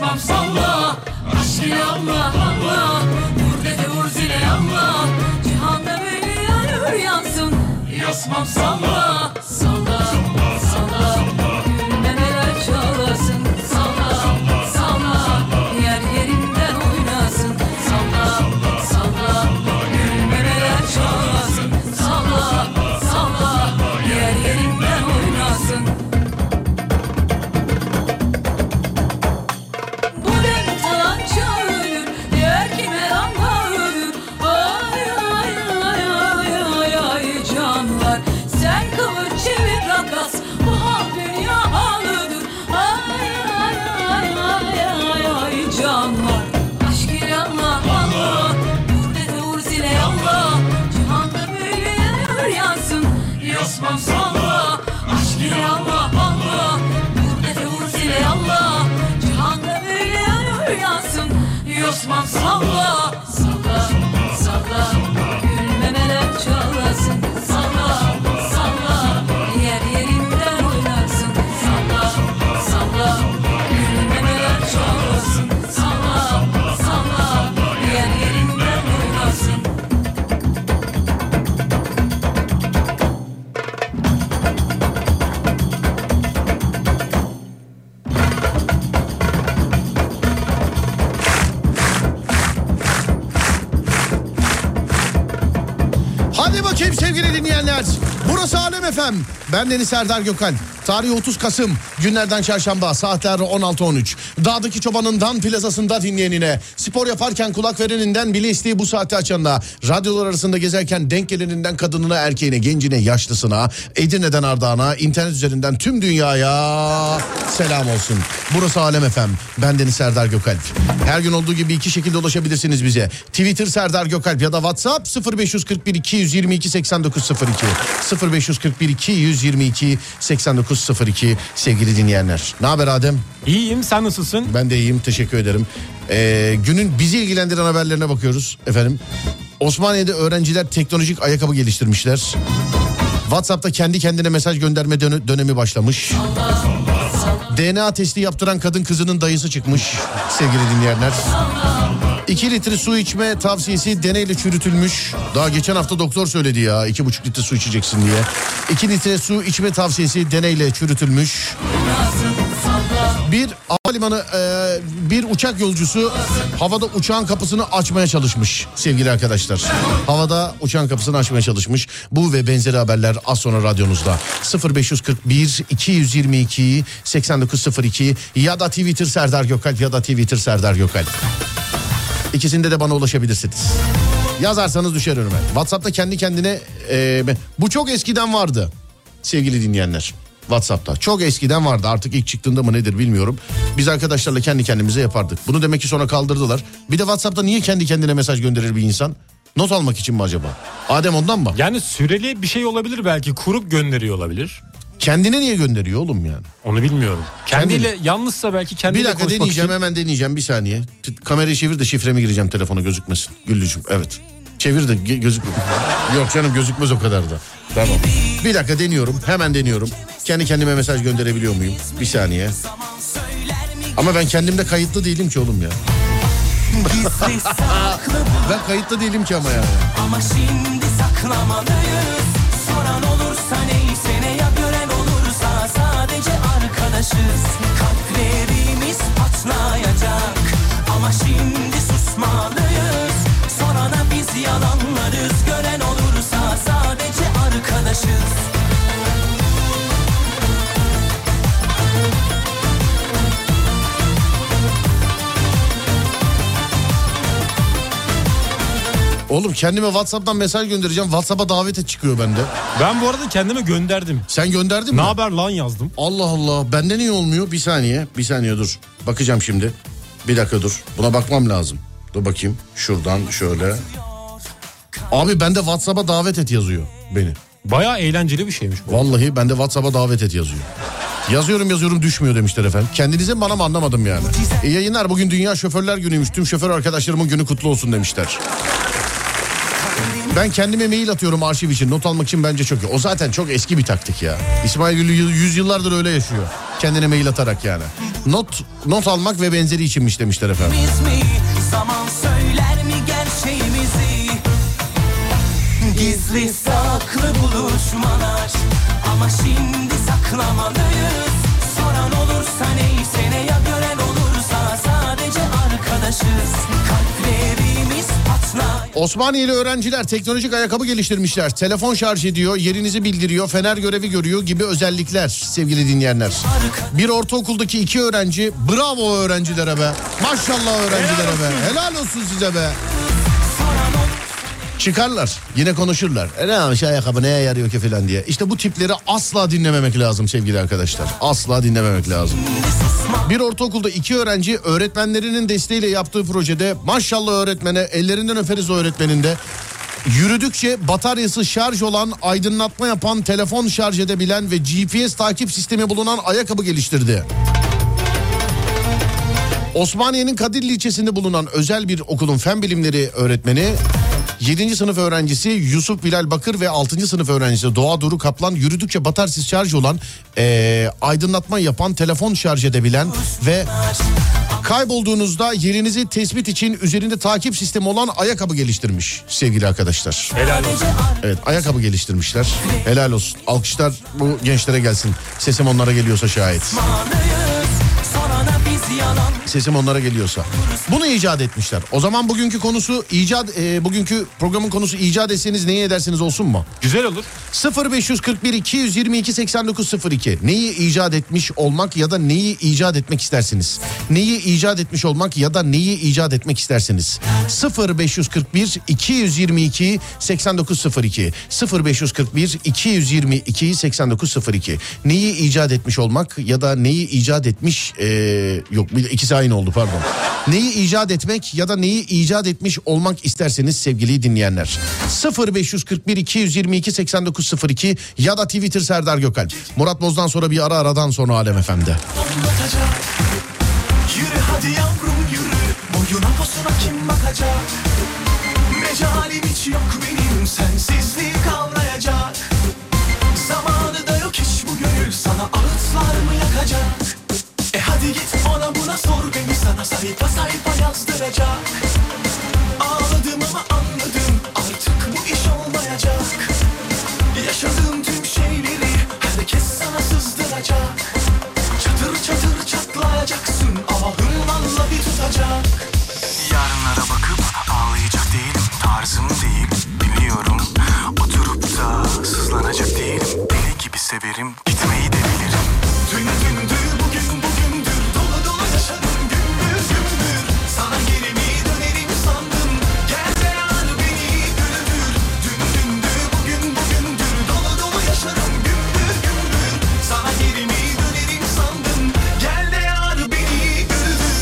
Yosmam salla, aşk ile Allah Allah. Vur dedi vur zile Allah. Cihanda böyle yanıyor yansın. Yosmam salla, salla, salla. Gülmemeler çalasın. Salla, salla. Yer yerinden oynasın. Salla, salla. Gülmemeler çalasın. Salla, salla. Yer yerinden oynasın. Bu dentan çağırır, diğer kime anlarır. Ay ay ay ay ay ay canlar. Sen kıvır çevir rakas, bu hal dünya halıdır. Ay ay ay ay ay ay canlar. Aşk ile Allah Allah, vur dedi vur zile Allah. Cihanda böyle yanıyor yansın. Yosmam salla, aşk ile Allah Allah. Vur dedi vur zile Allah. Cihanda böyle yanıyor yansın. Yosmam salla, salla, salla. Gülmemeler çalasın. Salla, salla. Yer yerinden oynarsın. Salla, salla. Gülmemeler çalasın. Salla, salla. Yer yerinden oynarsın. Hadi bakayım sevgili dinleyenler. Burası Alem FM. Ben Deniz Serdar Gökalp. Tarih 30 Kasım. Günlerden çarşamba. Saatler 16.13. Dağdaki çobanından plazasında dinleyenine, spor yaparken kulak vereninden, bile isteği bu saati açanına, radyolar arasında gezerken denk geleninden kadınına, erkeğine, gencine, yaşlısına, Edirne'den Ardahan'a, internet üzerinden tüm dünyaya selam olsun. Burası Alem FM. Ben Deniz Serdar Gökalp. Her gün olduğu gibi iki şekilde ulaşabilirsiniz bize. Twitter Serdar Gökalp ya da WhatsApp 0541 222 8902. 0541 222 8902 sevgili dinleyenler. Ne haber Adem? İyiyim, sen nasılsın? Ben de iyiyim, teşekkür ederim. Günün bizi ilgilendiren haberlerine bakıyoruz efendim. Osmaniye'de öğrenciler teknolojik ayakkabı geliştirmişler. WhatsApp'ta kendi kendine mesaj gönderme dönemi başlamış. DNA testi yaptıran kadın kızının dayısı çıkmış sevgili dinleyenler. 2 litre su içme tavsiyesi deneyle çürütülmüş. Daha geçen hafta doktor söyledi ya 2,5 litre su içeceksin diye. 2 litre su içme tavsiyesi deneyle çürütülmüş. Bir havalimanı bir uçak yolcusu havada uçağın kapısını açmaya çalışmış sevgili arkadaşlar. Havada uçağın kapısını açmaya çalışmış. Bu ve benzeri haberler az sonra radyonuzda. 0541 222 8902 ya da Twitter Serdar Gökalp ya da Twitter Serdar Gökalp. İkisinde de bana ulaşabilirsiniz. Yazarsanız düşer önüme. WhatsApp'ta kendi kendine bu çok eskiden vardı sevgili dinleyenler. WhatsApp'ta çok eskiden vardı, artık ilk çıktığında mı nedir bilmiyorum. Biz arkadaşlarla kendi kendimize yapardık. Bunu demek ki sonra kaldırdılar. Bir de WhatsApp'ta niye kendi kendine mesaj gönderir bir insan? Not almak için mi acaba? Adem ondan mı? Yani süreli bir şey olabilir belki, kurup gönderiyor olabilir. Kendine niye gönderiyor oğlum yani? Onu bilmiyorum. Kendiyle yalnızsa belki kendiyle konuşmak için. Bir dakika deneyeceğim, hemen deneyeceğim, bir saniye. Kamerayı çevir de şifremi gireceğim, telefona gözükmesin. Güllücüm, evet. Çevir de gözükmüyor. Yok canım, gözükmez o kadar da. Tamam. Bir dakika deniyorum, hemen deniyorum. Kendi kendime mesaj gönderebiliyor muyum? Bir saniye. Ama ben kendimde kayıtlı değilim ki oğlum ya. Ben kayıtlı değilim ki ama yani. Ama şimdi saklamalıyız. Soran olursa neyse, ne ya gören olursa sadece arkadaşız. Kalplerimiz patlayacak ama şimdi susmalıyız. Sorana biz yalanlarız, gören olursa sadece arkadaşız. Oğlum kendime WhatsApp'tan mesaj göndereceğim. WhatsApp'a davete çıkıyor bende. Ben bu arada kendime gönderdim. Sen gönderdin mi? Ne haber lan yazdım. Allah Allah, bende niye olmuyor? Bir saniye dur. Bakacağım şimdi. Bir dakika dur. Buna bakmam lazım. Dur bakayım. Şuradan şöyle. Abi bende WhatsApp'a davet et yazıyor beni. Bayağı eğlenceli bir şeymiş bu. Vallahi bende WhatsApp'a davet et yazıyor. Yazıyorum düşmüyor demişler efendim. Kendinize mi bana mı anlamadım yani. İyi yayınlar, bugün Dünya Şoförler Günü'ymüş. Tüm şoför arkadaşlarımın günü kutlu olsun demişler. Ben kendime mail atıyorum arşiv için, not almak için, bence çok iyi. O zaten çok eski bir taktik ya. İsmail Güllü 100 yıllardır öyle yaşıyor. Kendine mail atarak yani. Not almak ve benzeri içinmiş demişler efendim. Zaman söyler mi gerçeğimizi? Gizli saklı buluşmalar, ama şimdi saklamalıyız. Soran olursa neyse, ne ya gören olursa sadece arkadaşız. Kalplerimiz patlar. Osmaniyeli öğrenciler teknolojik ayakkabı geliştirmişler. Telefon şarj ediyor, yerinizi bildiriyor, fener görevi görüyor gibi özellikler sevgili dinleyenler. Bir ortaokuldaki 2 öğrenci, bravo öğrencilere be. Maşallah öğrencilere be. Helal olsun size be. Çıkarlar, yine konuşurlar. Ne yapmış ayakkabı, neye yarıyor ki falan diye. İşte bu tipleri asla dinlememek lazım sevgili arkadaşlar. Asla dinlememek lazım. Bir ortaokulda 2 öğrenci öğretmenlerinin desteğiyle yaptığı projede, maşallah öğretmene, ellerinden öperiz o öğretmenin de. Yürüdükçe bataryası şarj olan, aydınlatma yapan, telefon şarj edebilen ve GPS takip sistemi bulunan ayakkabı geliştirdi. Osmaniye'nin Kadirli ilçesinde bulunan özel bir okulun fen bilimleri öğretmeni, 7. sınıf öğrencisi Yusuf Bilal Bakır ve 6. sınıf öğrencisi Doğa Duru Kaplan yürüdükçe bataryasız şarj olan, aydınlatma yapan, telefon şarj edebilen ve kaybolduğunuzda yerinizi tespit için üzerinde takip sistemi olan ayakkabı geliştirmiş sevgili arkadaşlar. Helal olsun. Evet, ayakkabı geliştirmişler. Helal olsun. Alkışlar bu gençlere gelsin. Sesim onlara geliyorsa şayet. Sesim onlara geliyorsa. Bunu icat etmişler. O zaman bugünkü konusu bugünkü programın konusu icat etseniz neyi edersiniz olsun mu? Güzel olur. 0541 222 8902. Neyi icat etmiş olmak ya da neyi icat etmek istersiniz? Neyi icat etmiş olmak ya da neyi icat etmek istersiniz? 0541 222 8902. 0541 222 8902. Neyi icat etmiş olmak ya da neyi icat etmiş yok, ikisi aynı oldu, pardon. Neyi icat etmek ya da neyi icat etmiş olmak isterseniz sevgili dinleyenler. 0541 222 8902 ya da Twitter Serdar Gökalp. Murat Boz'dan sonra bir aradan sonra Alem FM'de. Yürü hadi yavrum yürü, boyuna posuna kim bakacak? Mecalim hiç yok benim, sensizliği kavrayacak. Zamanı da yok hiç bu gönül, sana ağıtlar mı yakacak? Hadi git ona buna sor beni, sana sayfa sayfa yazdıracak. Ağladım ama anladım, artık bu iş olmayacak. Yaşadığım tüm şeyleri herkes sana sızdıracak. Çatır çatır çatlayacaksın, ahım valla bir tutacak. Yarınlara bakıp ağlayacak değilim, tarzım değil biliyorum. Oturup da sızlanacak değilim, deli gibi severim, gitmeyi de bilirim. Dün dündür bugün bugündür, dolu dolu yaşadım gümbür gümbür. Sana geri mi dönerim sandım, gel de yar beni güldür. Dün dündür bugün bugündür, dolu dolu yaşarım gümbür gümbür. Sana geri mi dönerim sandım, gel de yar beni güldür.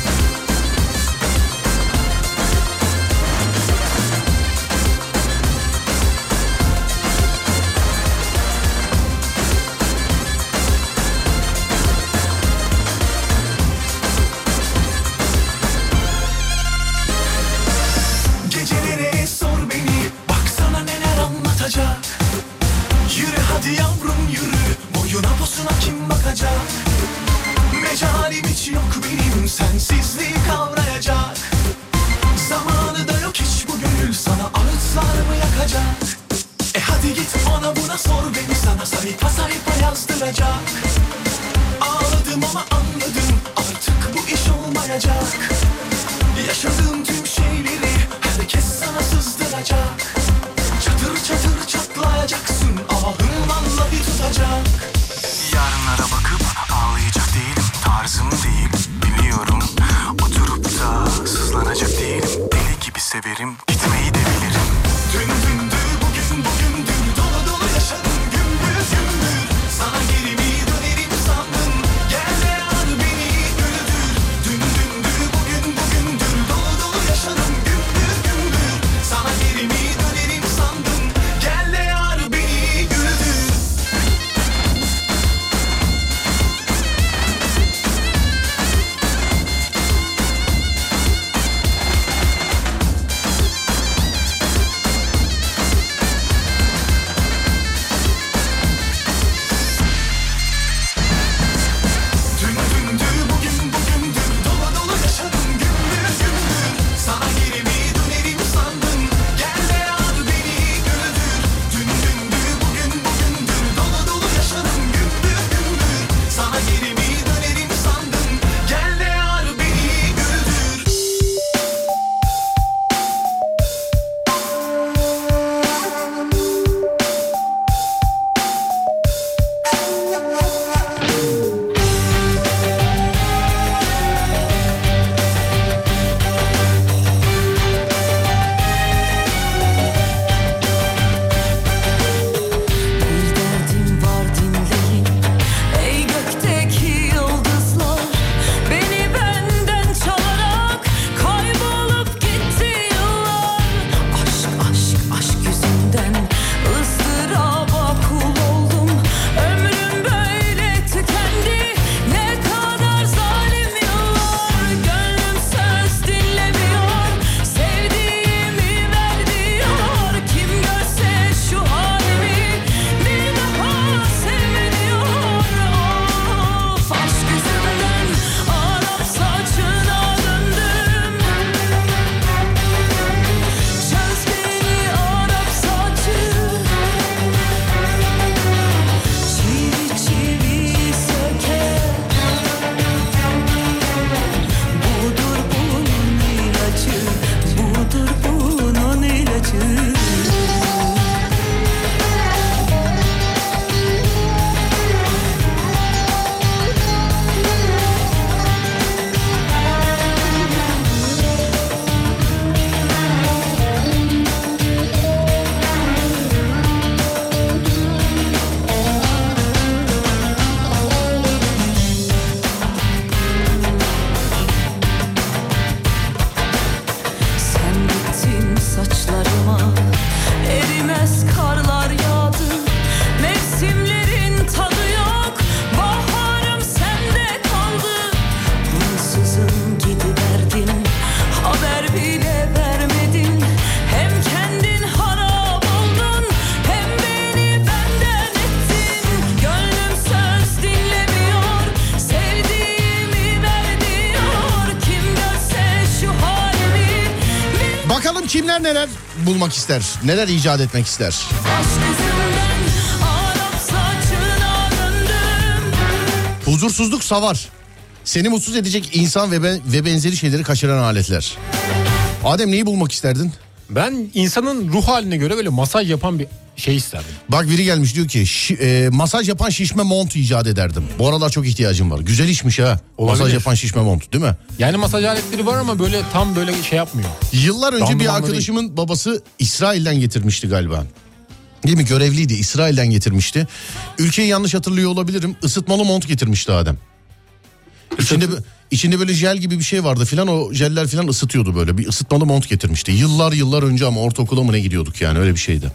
Gecelere sor beni, baksana neler anlatacak. Yürü hadi yavrum yürü, boyuna posuna kim bakacak? Mecalim hiç yok benim, sensizliği kavrayacak. Zamanı da yok hiç bu gönül, sana ağıtlar mı yakacak? Hadi git ona buna sor beni, sana sayfa sayfa yazdıracak. Ağladım ama anladım, artık bu iş olmayacak. Yaşadığım tüm şeyleri herkes sana sızdıracak. Çatır çatır çatlayacaksın, ahım valla bir tutacak. Yarınlara bakıp ağlayacak değilim, tarzım değil biliyorum. Oturup da sızlanacak değilim, deli gibi severim, gitmeyi de bilirim. Dün dündür bugün bugündür, dolu dolu yaşadım gümbür gümbür. Sana geri mi dönerim sandım, gel de yar beni güldür. Dün dündür bugün bugündür, dolu dolu yaşadım gümbür kimler neler bulmak ister? Neler icat etmek ister? Aşk yüzünden Arap saçına döndüm. Huzursuzluk savar. Seni mutsuz edecek insan ve benzeri şeyleri kaçıran aletler. Adem neyi bulmak isterdin? Ben insanın ruh haline göre böyle masaj yapan bir şey isterdim. Bak biri gelmiş diyor ki masaj yapan şişme mont icat ederdim. Bu aralar çok ihtiyacım var. Güzel işmiş ha. Olabilir. Masaj yapan şişme mont değil mi? Yani masaj aletleri var ama böyle tam böyle şey yapmıyor. Yıllar önce bir Randımanlı arkadaşımın babası İsrail'den getirmişti galiba. Değil mi? Görevliydi. İsrail'den getirmişti. Ülkeyi yanlış hatırlıyor olabilirim. Isıtmalı mont getirmişti Adem. İçinde böyle jel gibi bir şey vardı filan, o jeller filan ısıtıyordu böyle. Bir ısıtmalı mont getirmişti. Yıllar önce ama ortaokula mı ne gidiyorduk yani, öyle bir şeydi.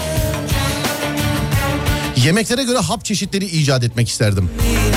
Yemeklere göre hap çeşitleri icat etmek isterdim.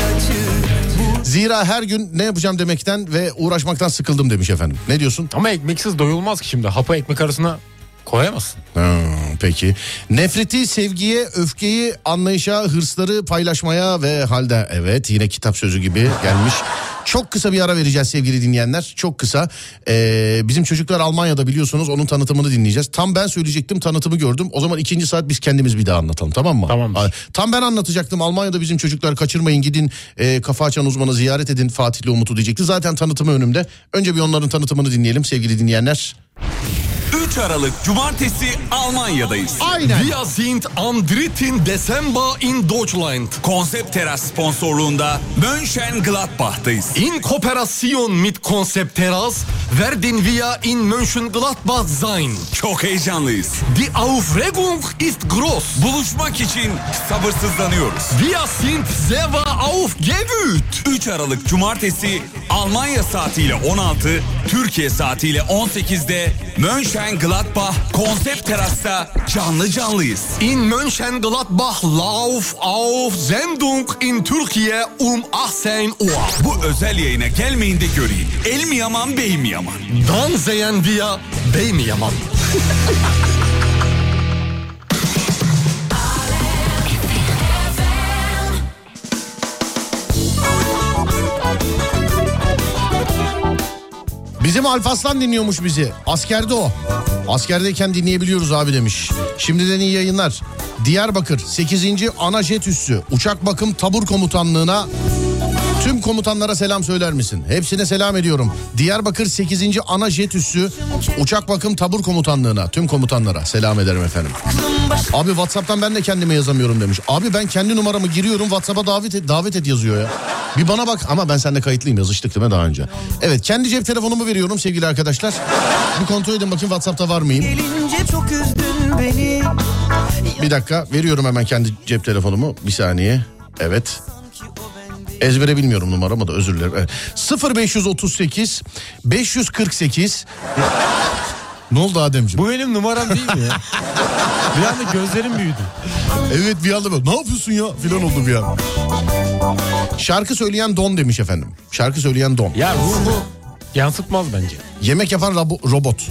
Zira her gün ne yapacağım demekten ve uğraşmaktan sıkıldım demiş efendim. Ne diyorsun? Ama ekmeksiz doyulmaz ki şimdi. Hapı ekmek arasına koyamazsın. Peki. Nefreti sevgiye, öfkeyi anlayışa, hırsları paylaşmaya ve halde, evet yine kitap sözü gibi gelmiş. Çok kısa bir ara vereceğiz sevgili dinleyenler. Çok kısa. Bizim çocuklar Almanya'da, biliyorsunuz, onun tanıtımını dinleyeceğiz. Tam ben söyleyecektim, tanıtımı gördüm. O zaman 2. saat biz kendimiz bir daha anlatalım, tamam mı? Tamam. Tam ben anlatacaktım. Almanya'da bizim çocuklar, kaçırmayın, gidin kafa açan uzmanı ziyaret edin Fatih'le Umut'u diyecekti. Zaten tanıtımı önümde. Önce bir onların tanıtımını dinleyelim sevgili dinleyenler. 3 Aralık Cumartesi Almanya'dayız. Aynen. Wir sind am 3. Dezember in Deutschland. Konsept Teras sponsorluğunda Mönchengladbach'tayız. In Kooperation mit Konzept Teras werden wir in Mönchengladbach sein. Çok heyecanlıyız. Die Aufregung ist groß. Buluşmak için sabırsızlanıyoruz. Wir sind sehr aufgewühlt. 3 Aralık Cumartesi Almanya saatiyle 16, Türkiye saatiyle 18'de Mönchengladbach Konsept Teras'ta canlıyız. In Mönchengladbach Lauf auf Sendung in Türkiye 18 Uhr. Bu özel yayına gelmeyin de göreyim. El mi yaman, bey mi yaman? Dann sehen wir Bey mi yaman? Bizim Alparslan dinliyormuş bizi. Askerde o. Askerdeyken dinleyebiliyoruz abi demiş. Şimdiden iyi yayınlar. Diyarbakır 8. Ana Jet Üssü Uçak Bakım Tabur Komutanlığı'na tüm komutanlara selam söyler misin? Hepsine selam ediyorum. Diyarbakır 8. Ana Jet Üssü Uçak Bakım Tabur Komutanlığı'na, tüm komutanlara selam ederim efendim. Abi WhatsApp'tan ben de kendime yazamıyorum demiş. Abi ben kendi numaramı giriyorum, WhatsApp'a davet et yazıyor ya. Bir bana bak, ama ben seninle kayıtlıyım, yazıştık değil mi daha önce? Evet, kendi cep telefonumu veriyorum sevgili arkadaşlar. Bir kontrol edin bakayım WhatsApp'ta var mıyım? Gelince çok üzdün beni. Bir dakika, veriyorum hemen kendi cep telefonumu. Bir saniye. Evet. Ezbere bilmiyorum numaramı da, özür dilerim. Evet. 0538 548. Ne oldu Ademciğim? Bu benim numaram değil mi ya? Bir anda gözlerim büyüdü. Evet, bir anda ne yapıyorsun ya filan oldu bir an. Şarkı söyleyen don demiş efendim. Şarkı söyleyen don. Ya ruhu yansıtmaz bence. Yemek yapan robot.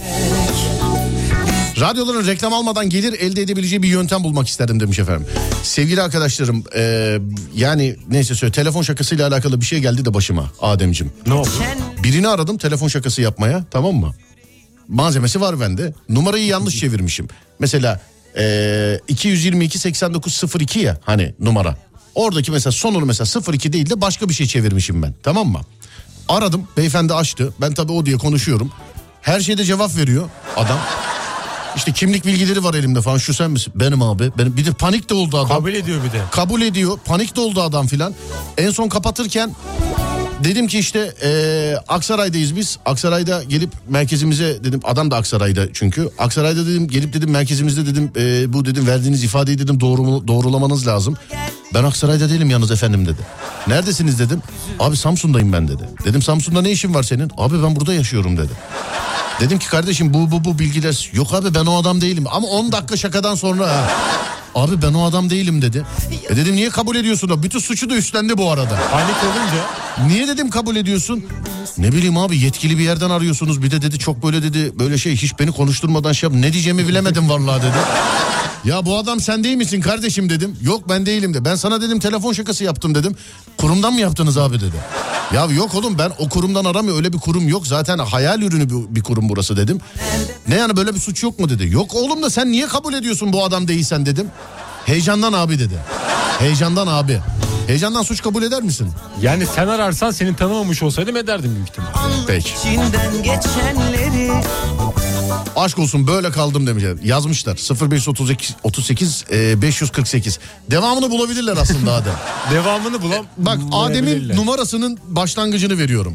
Radyoların reklam almadan gelir elde edebileceği bir yöntem bulmak isterdim demiş efendim. Sevgili arkadaşlarım, yani neyse söyle, telefon şakasıyla alakalı bir şey geldi de başıma Ademciğim. Ne oldu? Birini aradım telefon şakası yapmaya, tamam mı? Malzemesi var bende. Numarayı yanlış çevirmişim. Mesela 222 8902 ya hani numara. Oradaki mesela sonunu mesela 02 değil de başka bir şey çevirmişim ben, tamam mı? Aradım, beyefendi açtı. Ben tabii o diye konuşuyorum. Her şeyde cevap veriyor adam. İşte kimlik bilgileri var elimde falan. Şu sen misin? Benim abi. Benim. Bir de panik de oldu adam. Kabul ediyor bir de. Kabul ediyor. Panik de oldu adam filan. En son kapatırken dedim ki işte Aksaray'dayız biz. Aksaray'da gelip merkezimize dedim. Adam da Aksaray'da çünkü. Aksaray'da dedim, gelip dedim merkezimizde dedim bu dedim verdiğiniz ifadeyi dedim doğrulamanız lazım. Ben Aksaray'da değilim yalnız efendim dedi. Neredesiniz dedim. Abi Samsun'dayım ben dedi. Dedim Samsun'da ne işin var senin? Abi ben burada yaşıyorum dedi. Dedim ki kardeşim bu bilgiler... Yok abi ben o adam değilim. Ama 10 dakika şakadan sonra... Abi ben o adam değilim dedi. Dedim niye kabul ediyorsun da? Bütün suçu da üstlendi bu arada. Panik olunca. Niye dedim kabul ediyorsun? Ne bileyim abi, yetkili bir yerden arıyorsunuz. Bir de dedi çok böyle dedi, böyle şey hiç beni konuşturmadan şey yap. Ne diyeceğimi bilemedim vallahi dedi. Ya bu adam sen değil misin kardeşim dedim. Yok ben değilim de. Ben sana dedim telefon şakası yaptım dedim. Kurumdan mı yaptınız abi dedi. Ya yok oğlum, ben o kurumdan aramıyor, öyle bir kurum yok. Zaten hayal ürünü bir kurum burası dedim. Ne yani, böyle bir suç yok mu dedi. Yok oğlum da sen niye kabul ediyorsun bu adam değilsen dedim. Heyecandan abi dedi. Heyecandan abi. Heyecandan suç kabul eder misin? Yani sen ararsan seni tanımamış olsaydım ederdim büyük ihtimalle. Peki. İçinden geçenleri Aşk olsun böyle kaldım demişler. Yazmışlar 0538 548. Devamını bulabilirler aslında Adem. Devamını Bak Adem'in bulabilirler. numarasının başlangıcını veriyorum.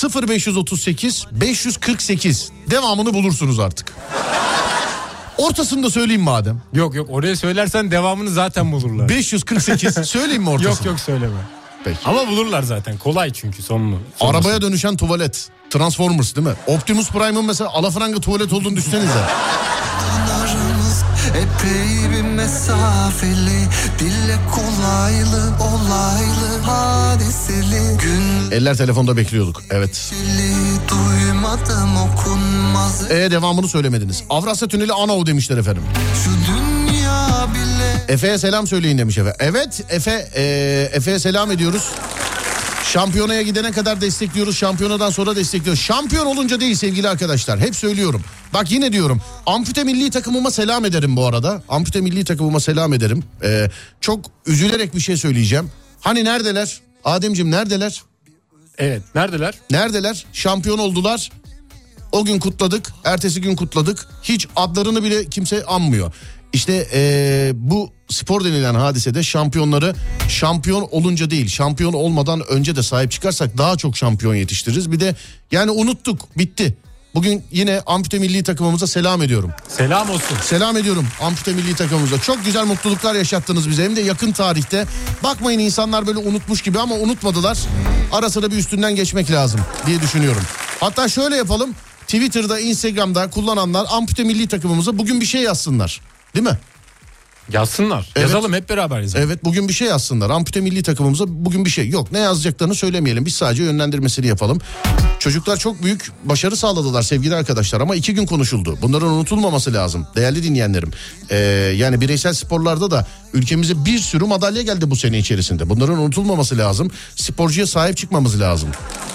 0538 548. Devamını bulursunuz artık. Ortasını da söyleyeyim mi Adem? Yok oraya söylersen devamını zaten bulurlar. 548 söyleyeyim mi ortasını? Yok söyleme. Peki. Ama bulurlar zaten, kolay çünkü sonunu. Arabaya dönüşen tuvalet. Transformers değil mi? Optimus Prime'ın mesela alafranga tuvalet olduğunu düşünsenize. Pınarımız epey bir mesafeli, dille kolaylı, olaylı, hadiseli, gün Eller telefonda bekliyorduk. Evet. duymadım okunmaz. Devamını söylemediniz. Avrasya Tüneli Anao demişler efendim. Şu dünya bile Efe'ye selam söyleyin demiş Efe. Evet Efe'ye selam ediyoruz. Şampiyonaya gidene kadar destekliyoruz. Şampiyonadan sonra destekliyoruz. Şampiyon olunca değil sevgili arkadaşlar. Hep söylüyorum. Bak yine diyorum. Ampute milli takımıma selam ederim bu arada. Ampute milli takımıma selam ederim. Çok üzülerek bir şey söyleyeceğim. Hani neredeler? Ademciğim neredeler? Evet, neredeler? Neredeler? Şampiyon oldular. O gün kutladık. Ertesi gün kutladık. Hiç adlarını bile kimse anmıyor. İşte bu spor denilen hadisede şampiyonları şampiyon olunca değil, şampiyon olmadan önce de sahip çıkarsak daha çok şampiyon yetiştiririz. Bir de yani unuttuk, bitti. Bugün yine ampute milli takımımıza selam ediyorum. Selam olsun. Selam ediyorum ampute milli takımımıza. Çok güzel mutluluklar yaşattınız bize, hem de yakın tarihte. Bakmayın insanlar böyle unutmuş gibi, ama unutmadılar. Ara sıra bir üstünden geçmek lazım diye düşünüyorum. Hatta şöyle yapalım. Twitter'da, Instagram'da kullananlar ampute milli takımımıza bugün bir şey yazsınlar. Değil mi? Yazsınlar. Evet. Yazalım, hep beraber yazalım. Evet, bugün bir şey yazsınlar. Ampute milli takımımıza bugün bir şey yok. Ne yazacaklarını söylemeyelim. Biz sadece yönlendirmesini yapalım. Çocuklar çok büyük başarı sağladılar sevgili arkadaşlar, ama 2 gün konuşuldu. Bunların unutulmaması lazım değerli dinleyenlerim. Yani bireysel sporlarda da ülkemize bir sürü madalya geldi bu sene içerisinde. Bunların unutulmaması lazım. Sporcuya sahip çıkmamız lazım.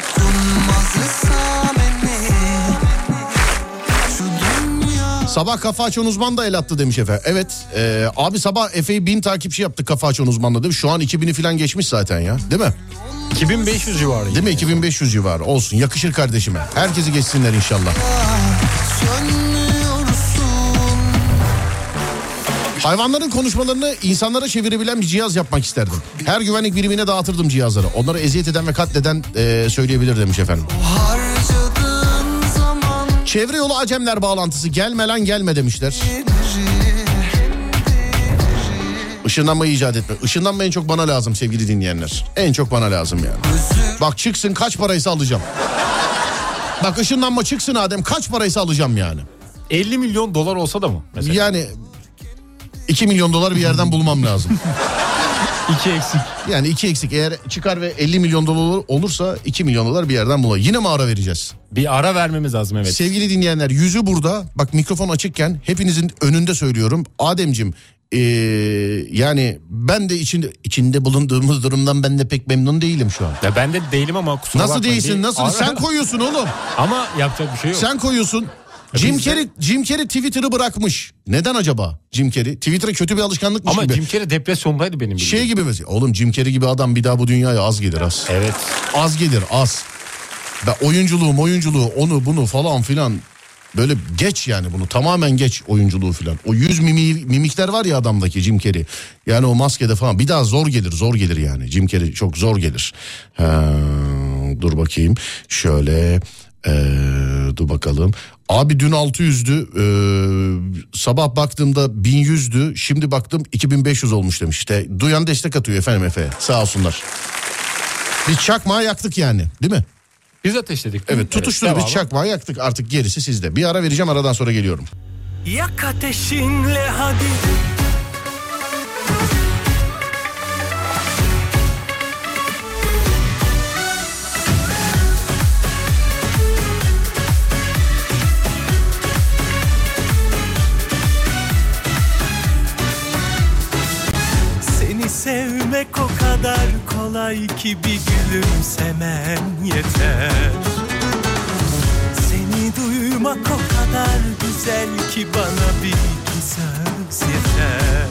Sabah Kafa Açan Uzman da el attı demiş Efe. Evet abi, sabah Efe'yi 1000 takipçi yaptık Kafa Açan Uzman'la, değil mi? Şu an 2000'i falan geçmiş zaten ya, değil mi? 2500 civarı. Değil mi? 2500 civarı olsun, yakışır kardeşime. Herkesi geçsinler inşallah. Hayvanların konuşmalarını insanlara çevirebilen bir cihaz yapmak isterdim. Her güvenlik birimine dağıtırdım cihazları. Onları eziyet eden ve katleden söyleyebilir demiş efendim. Çevre yolu Acemler bağlantısı gelme lan gelme demişler. Işınlanmayı icat etme. Işınlanma en çok bana lazım sevgili dinleyenler. En çok bana lazım yani. Bak çıksın, kaç paraysa alacağım. Bak ışınlanma çıksın Adem, kaç paraysa alacağım yani. 50 milyon dolar olsa da mı mesela? Yani 2 milyon dolar bir yerden bulmam lazım. 2 eksik. Yani 2 eksik, eğer çıkar ve 50 milyon dolar olursa 2 milyon dolar bir yerden bulalım. Yine mi ara vereceğiz? Bir ara vermemiz lazım, evet. Sevgili dinleyenler, yüzü burada. Bak mikrofon açıkken hepinizin önünde söylüyorum. Ademciğim yani ben de içinde bulunduğumuz durumdan ben de pek memnun değilim şu an. Ya ben de değilim ama kusura Nasıl bakmayın. değilsin? Nasıl? Sen koyuyorsun oğlum. Ama yapacak bir şey yok. Sen koyuyorsun. Jim Carrey Twitter'ı bırakmış. Neden acaba Jim Carrey? Twitter'a kötü bir alışkanlıkmış Ama gibi. Jim Carrey depresyondaydı benim bildiğim. Şey gibi mesela. Oğlum Jim Carrey gibi adam bir daha bu dünyaya az gelir az. Evet. Az gelir az. Ben oyunculuğu onu bunu falan filan. Böyle geç yani, bunu tamamen geç oyunculuğu filan. O yüz mimikler var ya adamdaki Jim Carrey. Yani o maskede falan bir daha zor gelir yani. Jim Carrey çok zor gelir. Dur bakayım şöyle dur bakalım. Abi dün 600'dü, sabah baktığımda 1100'dü, şimdi baktım 2500 olmuş demiş. İşte duyan destek atıyor efendim Efe, sağ olsunlar. Biz çakmağı yaktık yani, değil mi? Biz ateşledik. Evet, tutuşturduk, biz çakmağı yaktık, artık gerisi sizde. Bir ara vereceğim, aradan sonra geliyorum. Yak ateşinle hadi. Seni sevmek o kadar kolay. kolay ki bir gülümsemen yeter. Seni duymak o kadar güzel ki bana bir iki söz yeter.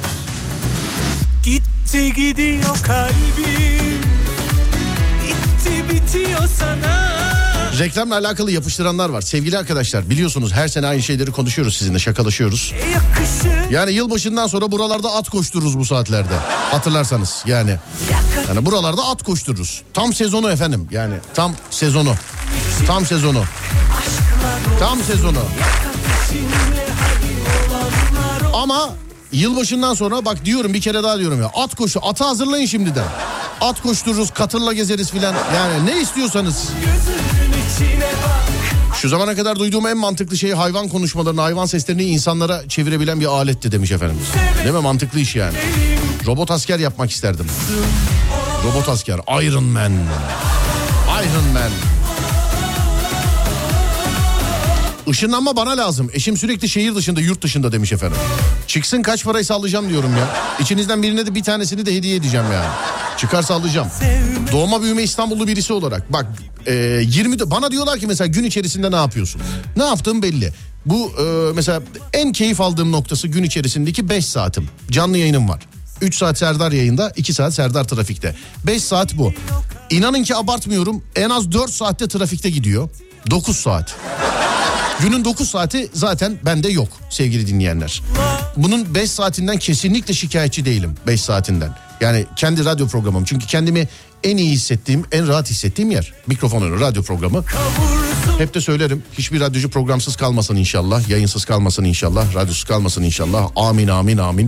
Gitti gidiyor kalbim, bitti bitiyor sana. Reklamla alakalı yapıştıranlar var. Sevgili arkadaşlar, biliyorsunuz her sene aynı şeyleri konuşuyoruz sizinle, şakalaşıyoruz. Yani yılbaşından sonra buralarda at koştururuz bu saatlerde. Hatırlarsanız yani. Yani buralarda at koştururuz. Tam sezonu efendim, yani tam sezonu. Tam sezonu. Tam sezonu. Ama yılbaşından sonra bak diyorum, bir kere daha diyorum ya. At koşu, atı hazırlayın şimdiden. At koştururuz, katırla gezeriz filan. Yani ne istiyorsanız. Şu zamana kadar duyduğum en mantıklı şey hayvan konuşmalarını, hayvan seslerini insanlara çevirebilen bir aletti demiş efendimiz. Değil mi? Mantıklı iş yani. Robot asker yapmak isterdim. Robot asker. Iron Man. Iron Man. Işınlanma bana lazım. Eşim sürekli şehir dışında, yurt dışında demiş efendim. Çıksın, kaç paraysa alacağım diyorum ya. İçinizden birine de bir tanesini de hediye edeceğim yani. Çıkarsa alacağım. Doğma büyüme İstanbullu birisi olarak. Bak 20 bana diyorlar ki mesela gün içerisinde ne yapıyorsun? Ne yaptığım belli. Bu mesela en keyif aldığım noktası gün içerisindeki 5 saatim. Canlı yayınım var. 3 saat Serdar yayında, 2 saat Serdar trafikte. 5 saat bu. İnanın ki abartmıyorum, en az 4 saatte trafikte gidiyor. 9 saat. Günün 9 saati zaten bende yok sevgili dinleyenler. Bunun 5 saatinden kesinlikle şikayetçi değilim, 5 saatinden. Yani kendi radyo programım, çünkü kendimi en iyi hissettiğim, en rahat hissettiğim yer mikrofon önü, radyo programı. Hep de söylerim, hiçbir radyocu programsız kalmasın inşallah, yayınsız kalmasın inşallah, radyosuz kalmasın inşallah. Amin amin amin.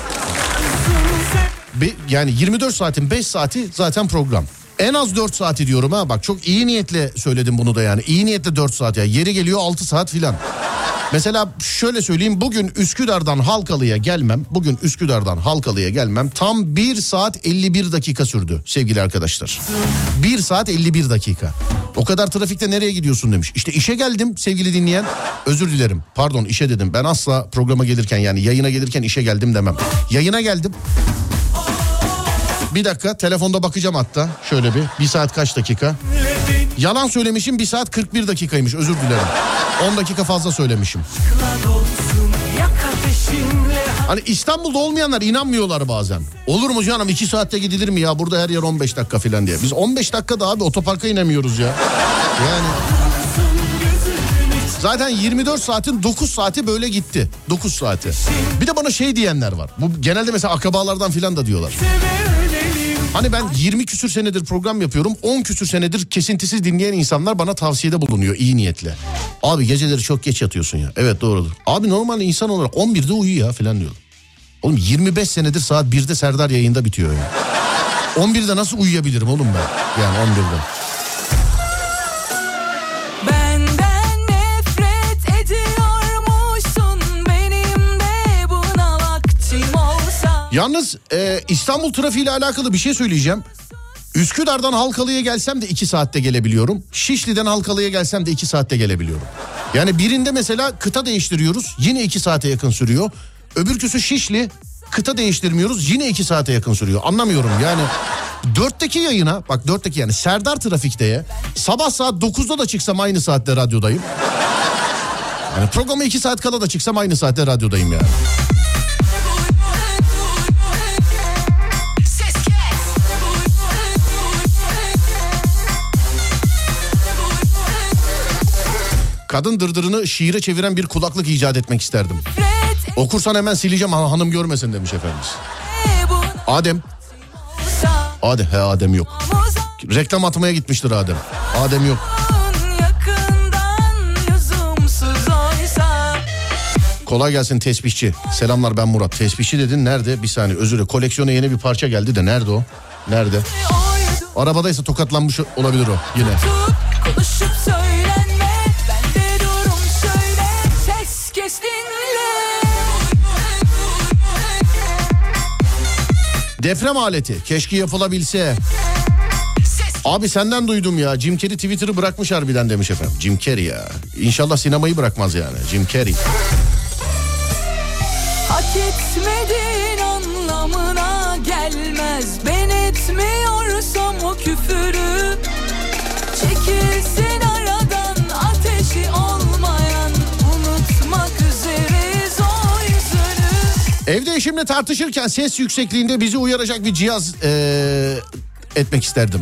Yani 24 saatin 5 saati zaten program. En az 4 saati diyorum ha, bak çok iyi niyetle söyledim bunu da yani. İyi niyetle 4 saat ya, yeri geliyor 6 saat filan. Mesela şöyle söyleyeyim, bugün Üsküdar'dan Halkalı'ya gelmem tam 1 saat 51 dakika sürdü sevgili arkadaşlar. 1 saat 51 dakika. O kadar trafikte nereye gidiyorsun demiş. İşte işe geldim sevgili dinleyen. Özür dilerim, pardon, işe dedim. Ben asla programa gelirken, yani yayına gelirken işe geldim demem. Yayına geldim. Bir dakika telefonda bakacağım hatta, şöyle bir saat kaç dakika? Yalan söylemişim, 1 saat 41 dakikaymış, özür dilerim. 10 dakika fazla söylemişim. Hani İstanbul'da olmayanlar inanmıyorlar bazen. Olur mu canım, 2 saatte gidilir mi ya, burada her yer 15 dakika falan diye. Biz 15 dakikada abi otoparka inemiyoruz ya. Yani zaten 24 saatin 9 saati böyle gitti. 9 saati. Bir de bana şey diyenler var. Bu genelde mesela akrabalardan filan da diyorlar. Hani ben 20 küsür senedir program yapıyorum. 10 küsür senedir kesintisiz dinleyen insanlar bana tavsiyede bulunuyor iyi niyetle. Abi geceleri çok geç yatıyorsun ya. Evet doğrudur. Abi normal insan olarak 11'de uyu ya filan diyor. Oğlum 25 senedir saat 1'de Serdar yayında bitiyor ya. 11'de nasıl uyuyabilirim oğlum ben? Yani 11'de. Yalnız İstanbul trafiğiyle alakalı bir şey söyleyeceğim. Üsküdar'dan Halkalı'ya gelsem de 2 saatte gelebiliyorum. Şişli'den Halkalı'ya gelsem de 2 saatte gelebiliyorum. Yani birinde mesela kıta değiştiriyoruz, yine 2 saate yakın sürüyor. Öbürküsü Şişli, kıta değiştirmiyoruz, yine 2 saate yakın sürüyor. Anlamıyorum yani. 4'teki yayına, bak 4'teki yani Serdar trafikteye sabah saat 9'da da çıksam aynı saatte radyodayım. Yani programa 2 saat kala da çıksam aynı saatte radyodayım yani. Kadın dırdırını şiire çeviren bir kulaklık icat etmek isterdim. Okursan hemen sileceğim, hanım görmesin demiş efendimiz. Adem yok. Reklam atmaya gitmiştir Adem. Adem yok. Kolay gelsin tesbihçi. Selamlar, ben Murat. Tesbihçi dedin, nerede? Bir saniye, özür dilerim. Koleksiyona yeni bir parça geldi de nerede o? Nerede? Arabadaysa tokatlanmış olabilir o yine. Deprem aleti keşke yapılabilse. Abi senden duydum ya, Jim Carrey Twitter'ı bırakmış harbiden demiş efendim. Jim Carrey ya, İnşallah sinemayı bırakmaz yani Jim Carrey. Hak etmedin onlar. devamına gelmez. Ben etmiyorsam o küfürü, çekilsin aradan ateşi olmayan, unutmak üzeriz o yüzünü. Evde eşimle tartışırken ses yüksekliğinde bizi uyaracak bir cihaz etmek isterdim.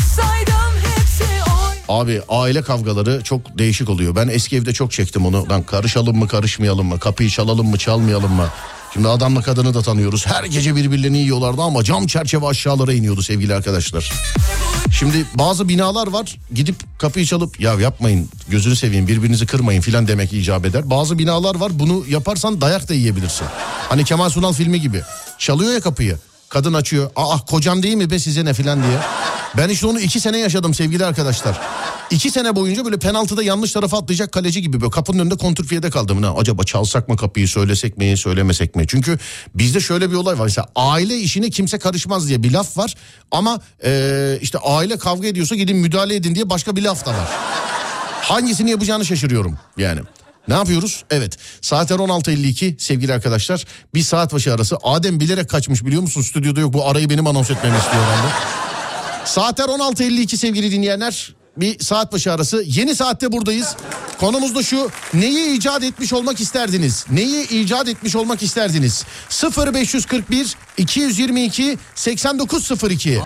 Abi aile kavgaları çok değişik oluyor. Ben eski evde çok çektim onu. Lan karışalım mı karışmayalım mı? Kapıyı çalalım mı çalmayalım mı? Şimdi adamla kadını da tanıyoruz. Her gece birbirlerini yiyorlardı ama cam çerçeve aşağılara iniyordu sevgili arkadaşlar. Şimdi bazı binalar var, gidip kapıyı çalıp ya yapmayın gözünü seveyim birbirinizi kırmayın filan demek icap eder. Bazı binalar var, bunu yaparsan dayak da yiyebilirsin. Hani Kemal Sunal filmi gibi. Çalıyor ya kapıyı. Kadın açıyor. Aa kocam değil mi be size ne filan diye. Ben işte onu 2 sene yaşadım sevgili arkadaşlar. 2 sene boyunca böyle penaltıda yanlış tarafa atlayacak kaleci gibi böyle kapının önünde kontrfiyede kaldım. Ha, acaba çalsak mı kapıyı, söylesek mi söylemesek mi? Çünkü bizde şöyle bir olay var. Mesela aile işine kimse karışmaz diye bir laf var. Ama işte aile kavga ediyorsa gidin müdahale edin diye başka bir laf da var. Hangisini yapacağını şaşırıyorum yani. Ne yapıyoruz? Evet, saatler 16.52 sevgili arkadaşlar. Bir saat başı arası. Adem bilerek kaçmış biliyor musun? Stüdyoda yok, bu arayı benim anons etmemi istiyor herhalde. Saatler 16.52 sevgili dinleyenler. Bir saat başı arası. Yeni saatte buradayız. Konumuz da şu: neyi icat etmiş olmak isterdiniz? Neyi icat etmiş olmak isterdiniz? 0541 222 8902.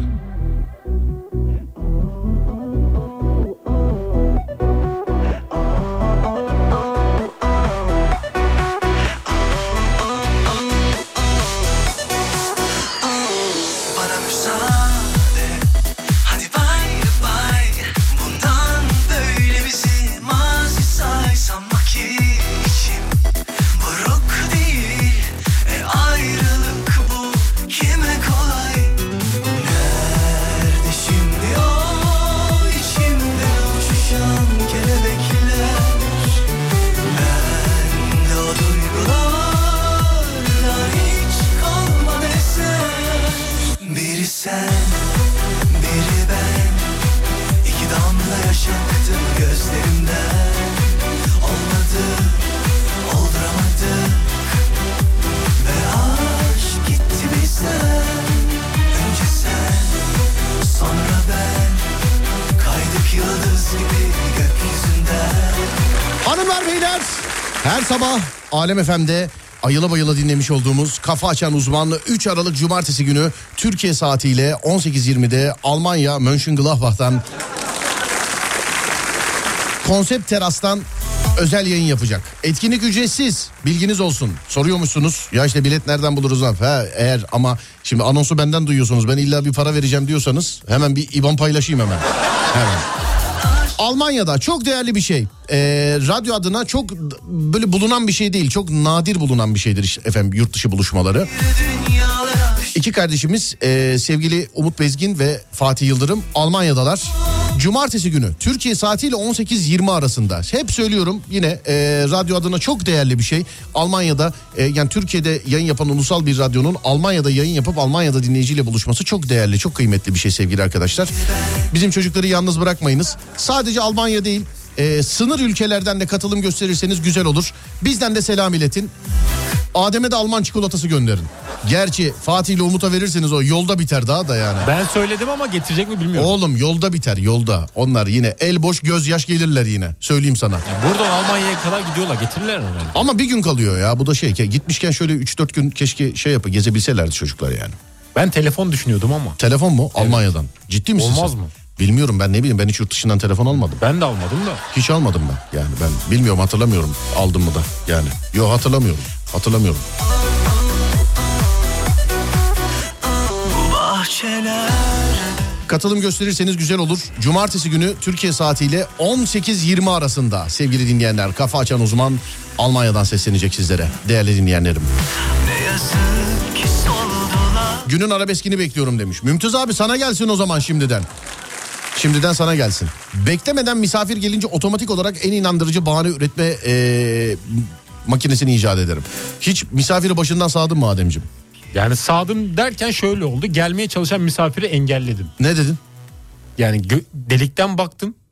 Hanımlar beyler, her sabah Alem FM'de ayıla bayıla dinlemiş olduğumuz Kafa Açan Uzman 3 Aralık Cumartesi günü Türkiye saatiyle 18.20'de Almanya Mönchengladbach'tan Konsept Teras'tan özel yayın yapacak. Etkinlik ücretsiz, bilginiz olsun. Soruyormuşsunuz ya işte bilet nereden buluruz abi? Eğer ama şimdi anonsu benden duyuyorsunuz, ben illa bir para vereceğim diyorsanız hemen bir IBAN paylaşayım hemen. Almanya'da çok değerli bir şey. Radyo adına çok böyle bulunan bir şey değil. Çok nadir bulunan bir şeydir işte efendim yurt dışı buluşmaları. İki kardeşimiz sevgili Umut Bezgin ve Fatih Yıldırım Almanya'dalar. Cumartesi günü Türkiye saatiyle 18-20 arasında. Hep söylüyorum yine radyo adına çok değerli bir şey. Almanya'da yani Türkiye'de yayın yapan ulusal bir radyonun Almanya'da yayın yapıp Almanya'da dinleyiciyle buluşması çok değerli, çok kıymetli bir şey sevgili arkadaşlar. Bizim çocukları yalnız bırakmayınız. Sadece Almanya değil, sınır ülkelerden de katılım gösterirseniz güzel olur. Bizden de selam iletin. Adem'e de Alman çikolatası gönderin. Gerçi Fatih ile Umut'a verirseniz o yolda biter daha da yani. Ben söyledim ama getirecek mi bilmiyorum. Oğlum yolda biter, yolda. Onlar yine el boş gözyaş gelirler yine. Söyleyeyim sana. Yani buradan Almanya'ya kadar gidiyorlar, getirirler herhalde. Ama bir gün kalıyor ya, bu da şey. Gitmişken şöyle 3-4 gün keşke gezebilselerdi çocuklar yani. Ben telefon düşünüyordum ama. Telefon mu? Evet. Almanya'dan. Ciddi misin Olmaz sen? mı? Bilmiyorum, ben ne bileyim, ben hiç yurt dışından telefon almadım. Ben de almadım da. Hiç almadım ben yani, ben bilmiyorum, hatırlamıyorum aldım mı da yani. Yok, hatırlamıyorum. Katılım gösterirseniz güzel olur. Cumartesi günü Türkiye saatiyle 18-20 arasında sevgili dinleyenler, Kafa Açan Uzman Almanya'dan seslenecek sizlere değerli dinleyenlerim. Günün arabeskini bekliyorum demiş. Mümtaz abi sana gelsin o zaman şimdiden. Şimdiden sana gelsin. Beklemeden misafir gelince otomatik olarak en inandırıcı bahane üretme makinesini icat ederim. Hiç misafiri başından sağdın mı Ademciğim? Yani sağdım derken şöyle oldu. Gelmeye çalışan misafiri engelledim. Ne dedin? Yani delikten baktım.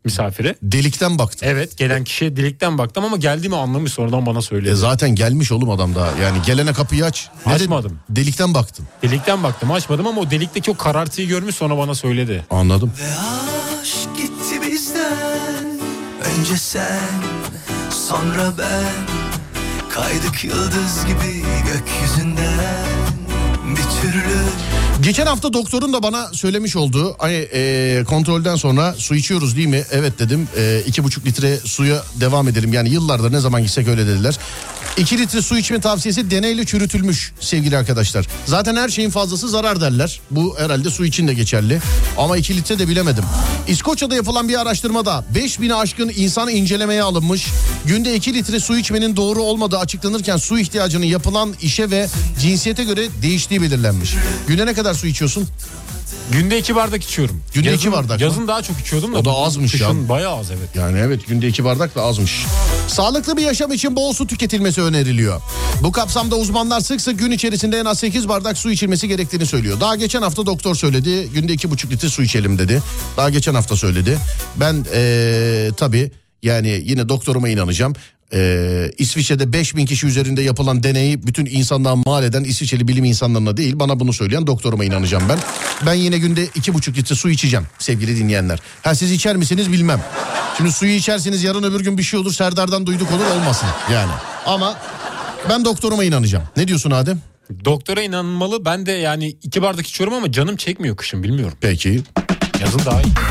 misafire. Delikten baktın. Evet, gelen kişiye delikten baktım ama geldiğimi anlamış, sonradan bana söyledi. Zaten gelmiş oğlum adam daha. Yani gelene kapıyı aç. Açmadım. Delikten baktın. Delikten baktım, açmadım ama o delikteki o karartıyı görmüş, sonra bana söyledi. Anladım. Ve aşk gitti bizden. Önce sen, sonra ben. Kaydık yıldız gibi gökyüzünden. Bir türlü. Geçen hafta doktorun da bana söylemiş olduğu hani kontrolden sonra su içiyoruz değil mi? Evet dedim. 2,5 litre suya devam edelim. Yani yıllardır ne zaman gitsek öyle dediler. 2 litre su içme tavsiyesi deneyle çürütülmüş sevgili arkadaşlar. Zaten her şeyin fazlası zarar derler. Bu herhalde su için de geçerli. Ama 2 litre de bilemedim. İskoçya'da yapılan bir araştırmada 5000'e aşkın insan incelemeye alınmış. Günde 2 litre su içmenin doğru olmadığı açıklanırken su ihtiyacının yapılan işe ve cinsiyete göre değiştiği belirlenmiş. Günde ne kadar su içiyorsun? Günde 2 bardak içiyorum. Günde 2 bardak mı? Yazın daha çok içiyordum da. O da azmış ya. Kışın bayağı az, evet. Yani evet, günde 2 bardak da azmış. Sağlıklı bir yaşam için bol su tüketilmesi öneriliyor. Bu kapsamda uzmanlar sık sık gün içerisinde en az 8 bardak su içilmesi gerektiğini söylüyor. Daha geçen hafta doktor söyledi, günde 2,5 litre su içelim dedi. Daha geçen hafta söyledi. Ben tabii yani yine doktoruma inanacağım. İsviçre'de 5000 kişi üzerinde yapılan deneyi bütün insanlığa mal eden İsviçreli bilim insanlarına değil, bana bunu söyleyen doktoruma inanacağım ben. Ben yine günde 2,5 litre su içeceğim sevgili dinleyenler. Ha, siz içer misiniz bilmem. Şimdi suyu içerseniz yarın öbür gün bir şey olur, Serdar'dan duyduk olur, olmasın yani. Ama ben doktoruma inanacağım. Ne diyorsun Adem? Doktora inanmalı. Ben de yani 2 bardak içiyorum ama canım çekmiyor kışın, bilmiyorum. Peki. Yazın daha iyi.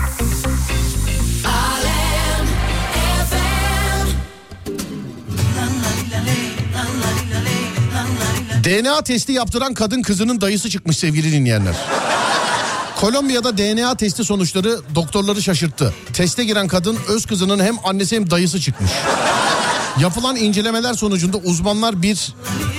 DNA testi yaptıran kadın kızının dayısı çıkmış sevgili dinleyenler. Kolombiya'da DNA testi sonuçları doktorları şaşırttı. Teste giren kadın öz kızının hem annesi hem dayısı çıkmış. Yapılan incelemeler sonucunda uzmanlar bir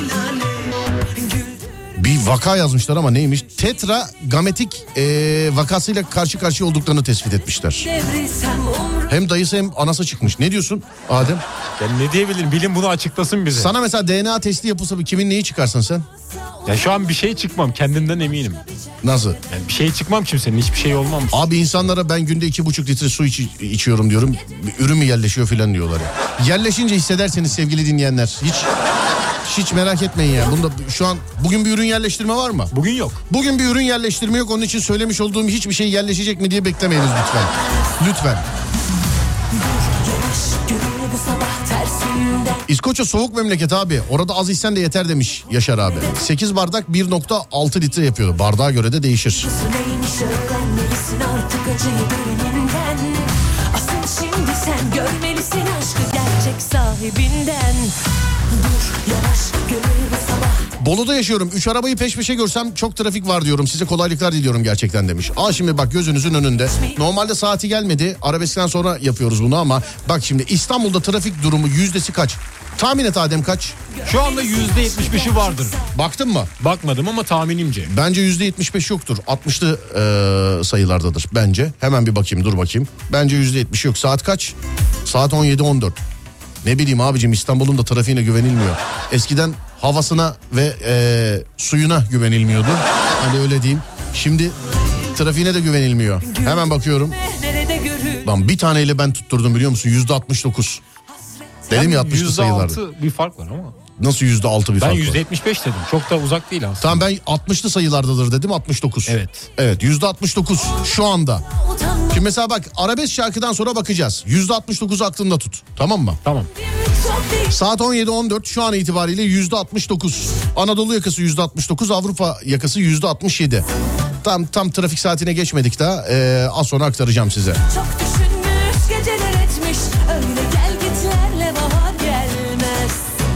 vaka yazmışlar ama neymiş? Tetragametik vakasıyla karşı karşıya olduklarını tespit etmişler. Hem dayısı hem anası çıkmış. Ne diyorsun Adem? Ben ne diyebilirim? Bilim bunu açıklasın bize. Sana mesela DNA testi yapılsa kimin neyi çıkarsın sen? Ya şu an bir şey çıkmam, kendimden eminim. Nasıl? Yani bir şey çıkmam kimsenin, hiçbir şey olmam. Abi insanlara ben günde 2,5 litre su içiyorum diyorum. Ürün mü yerleşiyor filan diyorlar ya. Yerleşince hissederseniz sevgili dinleyenler. Hiç merak etmeyin ya. Bunda şu an bugün bir ürün yerleştirme var mı? Bugün yok. Bugün bir ürün yerleştirme yok. Onun için söylemiş olduğum hiçbir şey yerleşecek mi diye beklemeyiniz lütfen. Lütfen. İskoçya soğuk memleket abi. Orada az içsen de yeter demiş Yaşar abi. 8 bardak 1,6 litre yapıyor. Bardağa göre de değişir. Asıl şimdi sen görmelisin aşkı gerçek sahibinden. Dur yavaş gönül bu sabah. Bolu'da yaşıyorum. 3 arabayı peş peşe görsem çok trafik var diyorum. Size kolaylıklar diliyorum gerçekten demiş. Şimdi bak gözünüzün önünde. Normalde saati gelmedi. Arabeskten sonra yapıyoruz bunu ama bak şimdi İstanbul'da trafik durumu yüzdesi kaç? Tahmin et Adem, kaç? Şu anda %75'i vardır. Baktın mı? Bakmadım ama tahminimce. Bence %75 yoktur. 60'lı sayılardadır bence. Hemen bir bakayım, dur bakayım. Bence %70 yok. Saat kaç? Saat 17:14. Ne bileyim abicim, İstanbul'un da trafiğine güvenilmiyor. Eskiden havasına ve suyuna güvenilmiyordu. Hani öyle diyeyim. Şimdi trafiğine de güvenilmiyor. Hemen bakıyorum. Lan bir taneyle ben tutturdum biliyor musun? %69. Dedim ya 60'lı sayılarda. %6 bir fark var ama. Nasıl %6 bir fark var? Ben %75 dedim. Çok da uzak değil aslında. Tamam, ben 60'lı sayılardadır dedim, 69. Evet. Evet, %69 şu anda. Şimdi mesela bak, arabesk şarkıdan sonra bakacağız. %69 aklında tut. Tamam mı? Tamam. Saat 17:14 şu an itibariyle %69. Anadolu yakası %69, Avrupa yakası %67. Tam trafik saatine geçmedik daha. Az sonra aktaracağım size. Çok düşünmüş geceler etmiş öyle gel gitlerle bahar gelmez.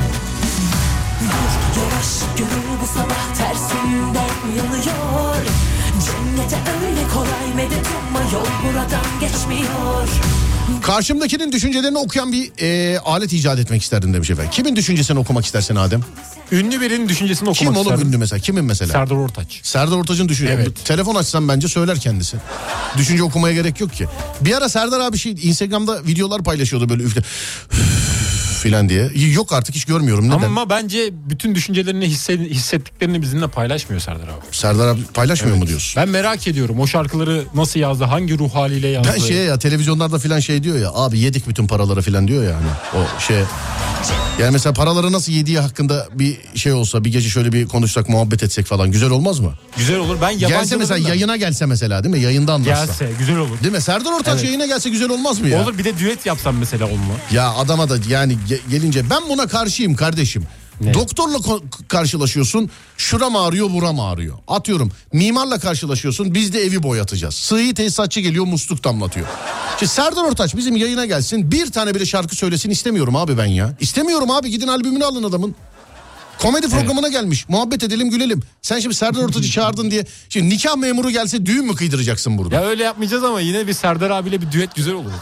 Dur yavaş gönül bu sabah tersinden yanıyor. Cennete öyle kolay medet umma, yol buradan geçmiyor. Karşımdakinin düşüncelerini okuyan bir alet icat etmek isterdim demiş efendim. Kimin düşüncesini okumak istersin Adem? Ünlü birinin düşüncesini okumak Kim isterdim. oğlum ünlü mesela? Kimin mesela? Serdar Ortaç. Serdar Ortaç'ın düşüncesi. Evet. Telefon açsam bence söyler kendisi. Düşünce okumaya gerek yok ki. Bir ara Serdar abi Instagram'da videolar paylaşıyordu böyle üfle filan diye. Yok artık hiç görmüyorum. Neden? Ama bence bütün düşüncelerini hissettiklerini bizimle paylaşmıyor Serdar abi. Serdar abi paylaşmıyor mu diyorsun? Ben merak ediyorum o şarkıları nasıl yazdı, hangi ruh haliyle yazdı. Ben ya televizyonlarda filan diyor ya, abi yedik bütün paraları filan diyor ya hani o şey. Yani mesela paraları nasıl yediği hakkında bir şey olsa, bir gece şöyle bir konuşsak, muhabbet etsek falan güzel olmaz mı? Güzel olur. Ben gelse mesela yayına gelse mesela, değil mi? Yayında anlatsa. Gelse güzel olur. Değil mi? Serdar Ortaç yayına gelse güzel olmaz mı ya? Olur, bir de düet yapsam mesela onunla. Ya adama da yani gelince ben buna karşıyım kardeşim. Ne? Doktorla karşılaşıyorsun, şuram ağrıyor, buram ağrıyor. Atıyorum mimarla karşılaşıyorsun, biz de evi boyatacağız. Sıhhi tesisatçı geliyor, musluk damlatıyor. Şimdi Serdar Ortaç bizim yayına gelsin, bir tane bile şarkı söylesin istemiyorum abi ben ya. İstemiyorum abi, gidin albümünü alın adamın. Komedi programına gelmiş, muhabbet edelim gülelim. Sen şimdi Serdar Ortaç'ı çağırdın diye şimdi nikah memuru gelse düğün mü kıydıracaksın burada? Ya öyle yapmayacağız ama yine bir Serdar abiyle bir düet güzel olur.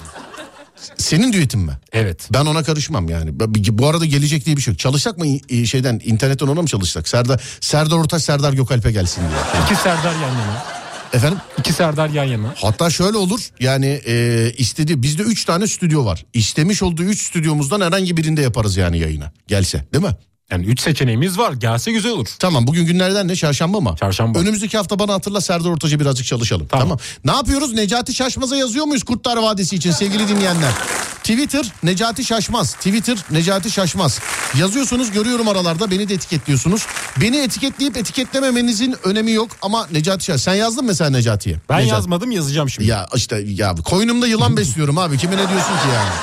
Senin düetin mi? Evet. Ben ona karışmam yani. Bu arada gelecek diye bir şey yok. Çalışsak mı internetten ona mı çalışsak? Serdar Ortaç Serdar Gökalp'e gelsin diye. İki Serdar yan yana. Efendim? İki Serdar yan yana. Hatta şöyle olur yani istediği, bizde 3 tane stüdyo var. İstemiş olduğu 3 stüdyomuzdan herhangi birinde yaparız yani yayına. Gelse değil mi? Yani 3 seçeneğimiz var. Gelse güzel olur. Tamam, bugün günlerden ne? Çarşamba mı? Çarşamba. Önümüzdeki hafta bana hatırla, Serdar Ortaç'ı birazcık çalışalım. Tamam. Ne yapıyoruz? Necati Şaşmaz'a yazıyor muyuz Kurtlar Vadisi için sevgili dinleyenler? Twitter Necati Şaşmaz. Twitter Necati Şaşmaz. Yazıyorsunuz, görüyorum aralarda, beni de etiketliyorsunuz. Beni etiketleyip etiketlememenizin önemi yok ama Necati Şaşmaz. Sen yazdın mesela Necati'ye? Ben yazmadım, yazacağım şimdi. Ya işte ya koynumda yılan besliyorum abi. Kime ne diyorsun ki yani?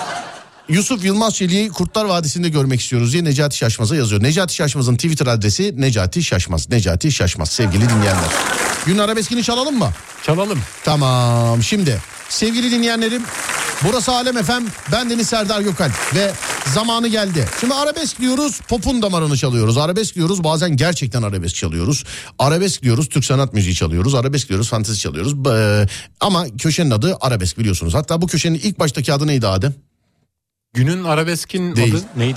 Yusuf Yılmaz Çelik'i Kurtlar Vadisi'nde görmek istiyoruz diye Necati Şaşmaz'a yazıyor. Necati Şaşmaz'ın Twitter adresi Necati Şaşmaz. Necati Şaşmaz sevgili dinleyenler. Gün arabeskini çalalım mı? Çalalım. Tamam, şimdi sevgili dinleyenlerim, burası Alem FM, ben Deniz Serdar Gökalp ve zamanı geldi. Şimdi arabesk diyoruz, popun damarını çalıyoruz. Arabesk diyoruz, bazen gerçekten arabesk çalıyoruz. Arabesk diyoruz, Türk sanat müziği çalıyoruz. Arabesk diyoruz, fantezi çalıyoruz. Ama köşenin adı arabesk biliyorsunuz. Hatta bu köşenin ilk baştaki adı neydi Adem? Günün arabeskin Değil. adı neydi?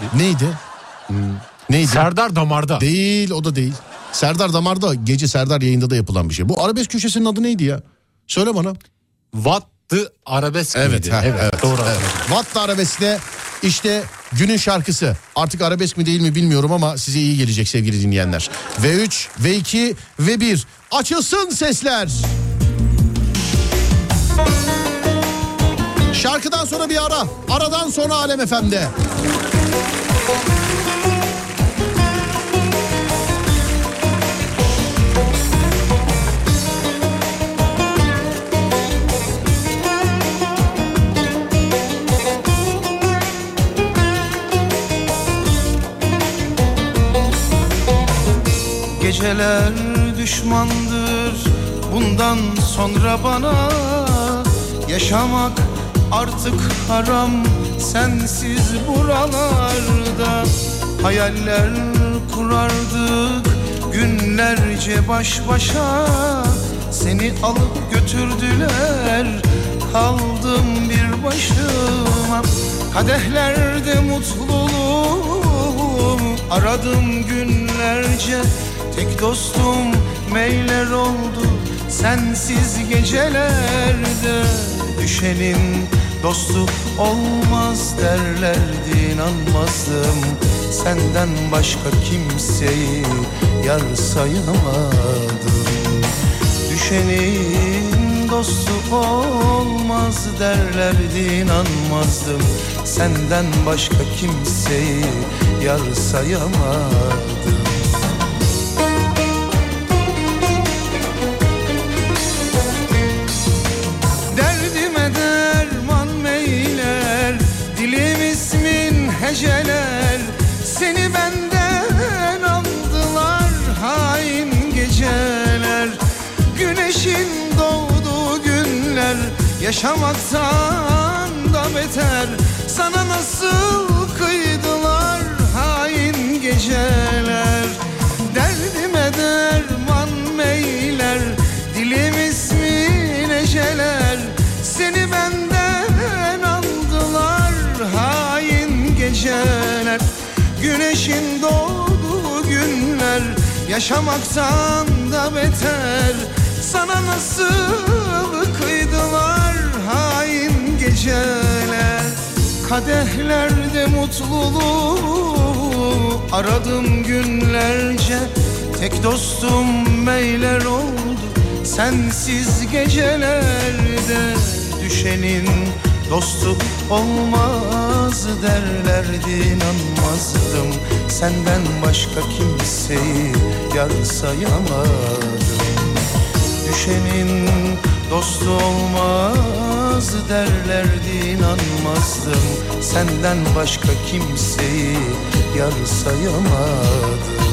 Neydi? Serdar Damar'da. Değil, o da değil. Serdar Damar'da, gece Serdar yayında da yapılan bir şey. Bu arabesk köşesinin adı neydi ya? Söyle bana. What the Arabesk miydi? Evet, doğru. Evet. What the Arabesk'te işte günün şarkısı. Artık arabesk mi değil mi bilmiyorum ama size iyi gelecek sevgili dinleyenler. V3, V2, V1. Açılsın sesler. Şarkıdan sonra bir ara. Aradan sonra Alem FM'de. Geceler düşmandır bundan sonra bana. Yaşamak artık haram sensiz buralarda. Hayaller kurardık günlerce baş başa. Seni alıp götürdüler, kaldım bir başıma. Kadehlerde mutluluğum aradım günlerce. Tek dostum meyler oldu sensiz gecelerde. Düşenin dostu olmaz derlerdi, inanmazdım. Senden başka kimseyi yar sayamadım. Düşenin dostu olmaz derlerdi, inanmazdım. Senden başka kimseyi yar sayamadım. Geceler seni benden aldılar, hain geceler. Güneşin doğduğu günler yaşamaktan da beter. Sana nasıl kıydılar hain geceler. Derdime derman meyler, dilim ismin eceler. Seni benden aldılar hain geceler. Güneşin doğduğu günler yaşamaktan da beter. Sana nasıl kıydılar hain geceler. Kadehlerde mutluluğu aradım günlerce. Tek dostum meyler oldu sensiz gecelerde. Düşenin dostu olmaz derlerdi, inanmazdım. Senden başka kimseyi yar sayamadım. Düşenin dostu olmaz derlerdi, inanmazdım. Senden başka kimseyi yar sayamadım.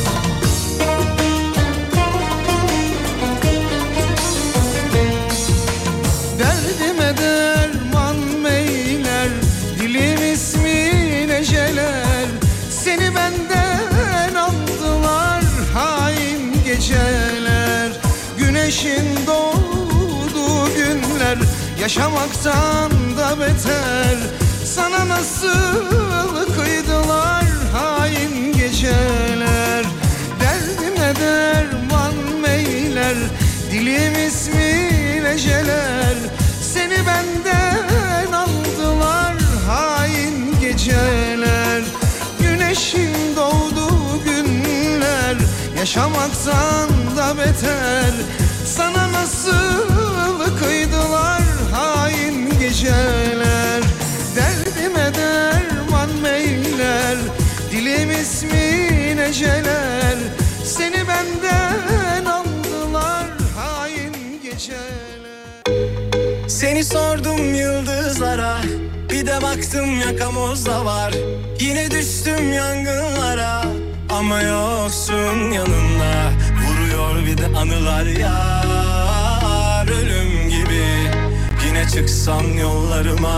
Derdime derman meyler, dilim ismin eceler. Seni benden aldılar hain geceler. Güneşin doğduğu günler yaşamaktan da beter. Sana nasıl kıydılar hain geceler. Derdime derman meyler, dilim ismin eceler. Seni benden aldılar hain geceler. Güneşin doğduğu günler yaşamaktan da beter. Sana nasıl kıydılar hain geceler. Derdime derman meyler, dilim ismin eceler. Seni benden aldılar hain geceler. Seni sordum yıldızlara, bir de baktım yakamozda var. Yine düştüm yangınlara, ama yoksun yanımda. Vuruyor bir de anılar yar, ölüm gibi. Yine çıksan yollarıma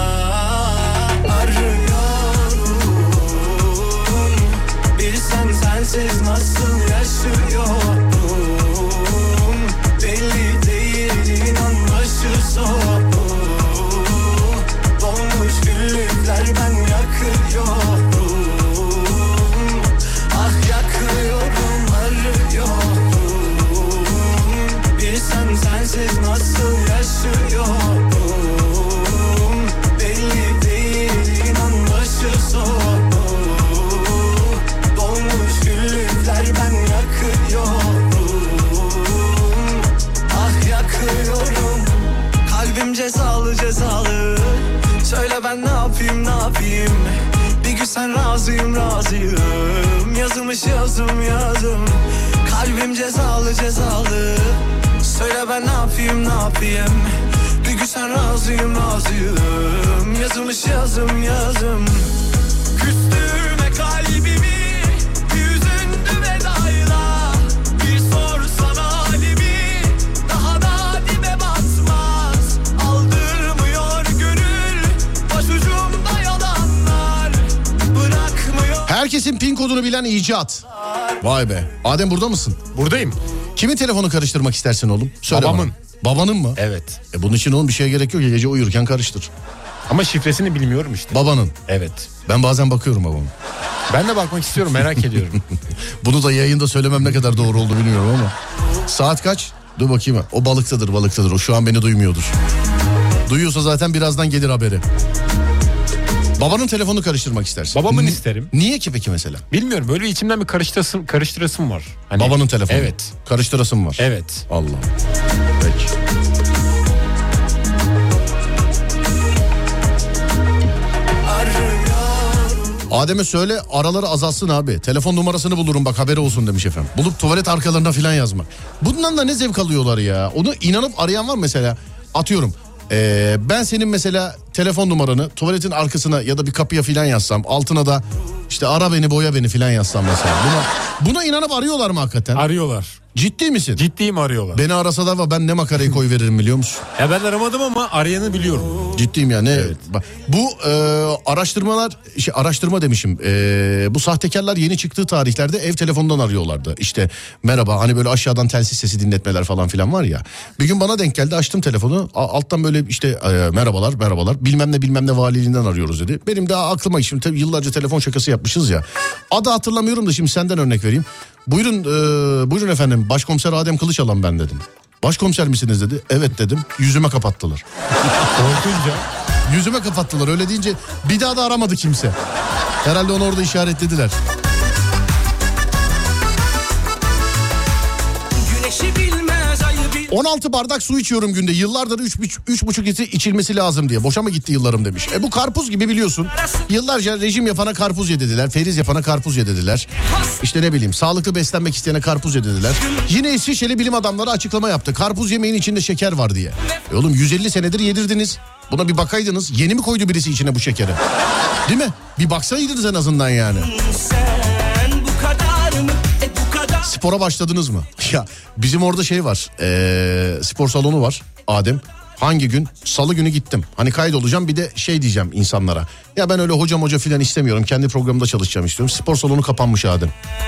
arıyorum. Bir sensiz nasıl yaşıyorum. Belli değil, inan başı soğuk. Dolmuş güllükler ben yakıyorum. Ah yakıyorum, arıyorum. Bir sensiz nasıl yaşıyorum. Belli değil, inan başı soğuk. Dolmuş güllükler ben yakıyorum. Ah yakıyorum. Kalbim cezalı cezalı. Söyle ben ne yapayım ne yapayım. Bir gün sen razıyım razıyım. Yazılmış yazım yazım. Kalbim cezalı cezalı. Söyle ben ne yapayım ne yapayım. Bir gün sen razıyım razıyım. Yazılmış yazım yazım. Küstürme kalbimi, yüzündü vedayla. Bir sorsana halimi, daha da dibe batmaz. Aldırmıyor gönül, başucumda yalanlar. Bırakmıyor. Herkesin pin kodunu bilen icat. Vay be. Adem burada mısın? Buradayım. Kimin telefonu karıştırmak istersin oğlum? Söyle Babamın. bana. Babanın mı? Evet. Bunun için oğlum bir şeye gerek yok ya, gece uyurken karıştır. Ama şifresini bilmiyorum işte. Babanın. Evet. Ben bazen bakıyorum babama. Ben de bakmak istiyorum, merak ediyorum. Bunu da yayında söylemem ne kadar doğru oldu bilmiyorum ama. Saat kaç? Dur bakayım. O balıktadır. O şu an beni duymuyordur. Duyuyorsa zaten birazdan gelir haberi. Babanın telefonunu karıştırmak istersin. Babamın isterim. Niye ki peki mesela? Bilmiyorum, böyle içimden bir karıştırasım var. Hani, Babanın telefonu. Evet. Karıştırasım var. Evet. Allah. Peki. Adem'e söyle araları azalsın abi. Telefon numarasını bulurum bak, haberi olsun demiş efendim. Bulup tuvalet arkalarına falan yazmak. Bundan da ne zevk alıyorlar ya. Onu inanıp arayan var mesela. Atıyorum. Ben senin mesela telefon numaranı tuvaletin arkasına ya da bir kapıya falan yazsam, altına da işte ara beni boya beni falan yazsam mesela. Buna inanıp arıyorlar mı hakikaten? Arıyorlar. Ciddi misin? Ciddiyim, arıyorlar. Beni arasalar var, ben ne makarayı koy veririm biliyor musun? Ya ben aramadım ama arayanı biliyorum. Ciddiyim yani. Evet. Bu araştırma demişim. Bu sahtekarlar yeni çıktığı tarihlerde ev telefonundan arıyorlardı. İşte merhaba, hani böyle aşağıdan telsiz sesi dinletmeler falan filan var ya. Bir gün bana denk geldi, açtım telefonu. Alttan böyle işte merhabalar bilmem ne valiliğinden arıyoruz dedi. Benim daha aklıma şimdi yıllarca telefon şakası yapmışız ya. Adı hatırlamıyorum da şimdi senden örnek vereyim. Buyurun efendim, Başkomiser Adem Kılıçalan ben dedim. Başkomiser misiniz dedi. Evet dedim. Yüzüme kapattılar. Korkunca. Yüzüme kapattılar. Öyle deyince bir daha da aramadı kimse. Herhalde onu orada işaretlediler. Güneşi bilmez ayı bil. 16 bardak su içiyorum günde. Yıllardır 3,5 litre içilmesi lazım diye. Boşa mı gitti yıllarım demiş. Bu karpuz gibi biliyorsun. Yıllarca rejim yapana karpuz ye dediler. Feriz yapana karpuz ye dediler. İşte ne bileyim sağlıklı beslenmek isteyene karpuz ye dediler. Yine İsviçreli bilim adamları açıklama yaptı. Karpuz yemeğin içinde şeker var diye. Oğlum 150 senedir yedirdiniz. Buna bir bakaydınız. Yeni mi koydu birisi içine bu şekeri? Değil mi? Bir baksaydınız en azından yani. Sen bu kadar mı? Bu kadar. Spora başladınız mı? Ya bizim orada şey var. Spor salonu var Adem. Hangi gün? Salı günü gittim. Hani kaydolacağım bir de şey diyeceğim insanlara. Ya ben öyle hoca filan istemiyorum. Kendi programımda çalışacağım istiyorum. Spor salonu kapanmış Adem.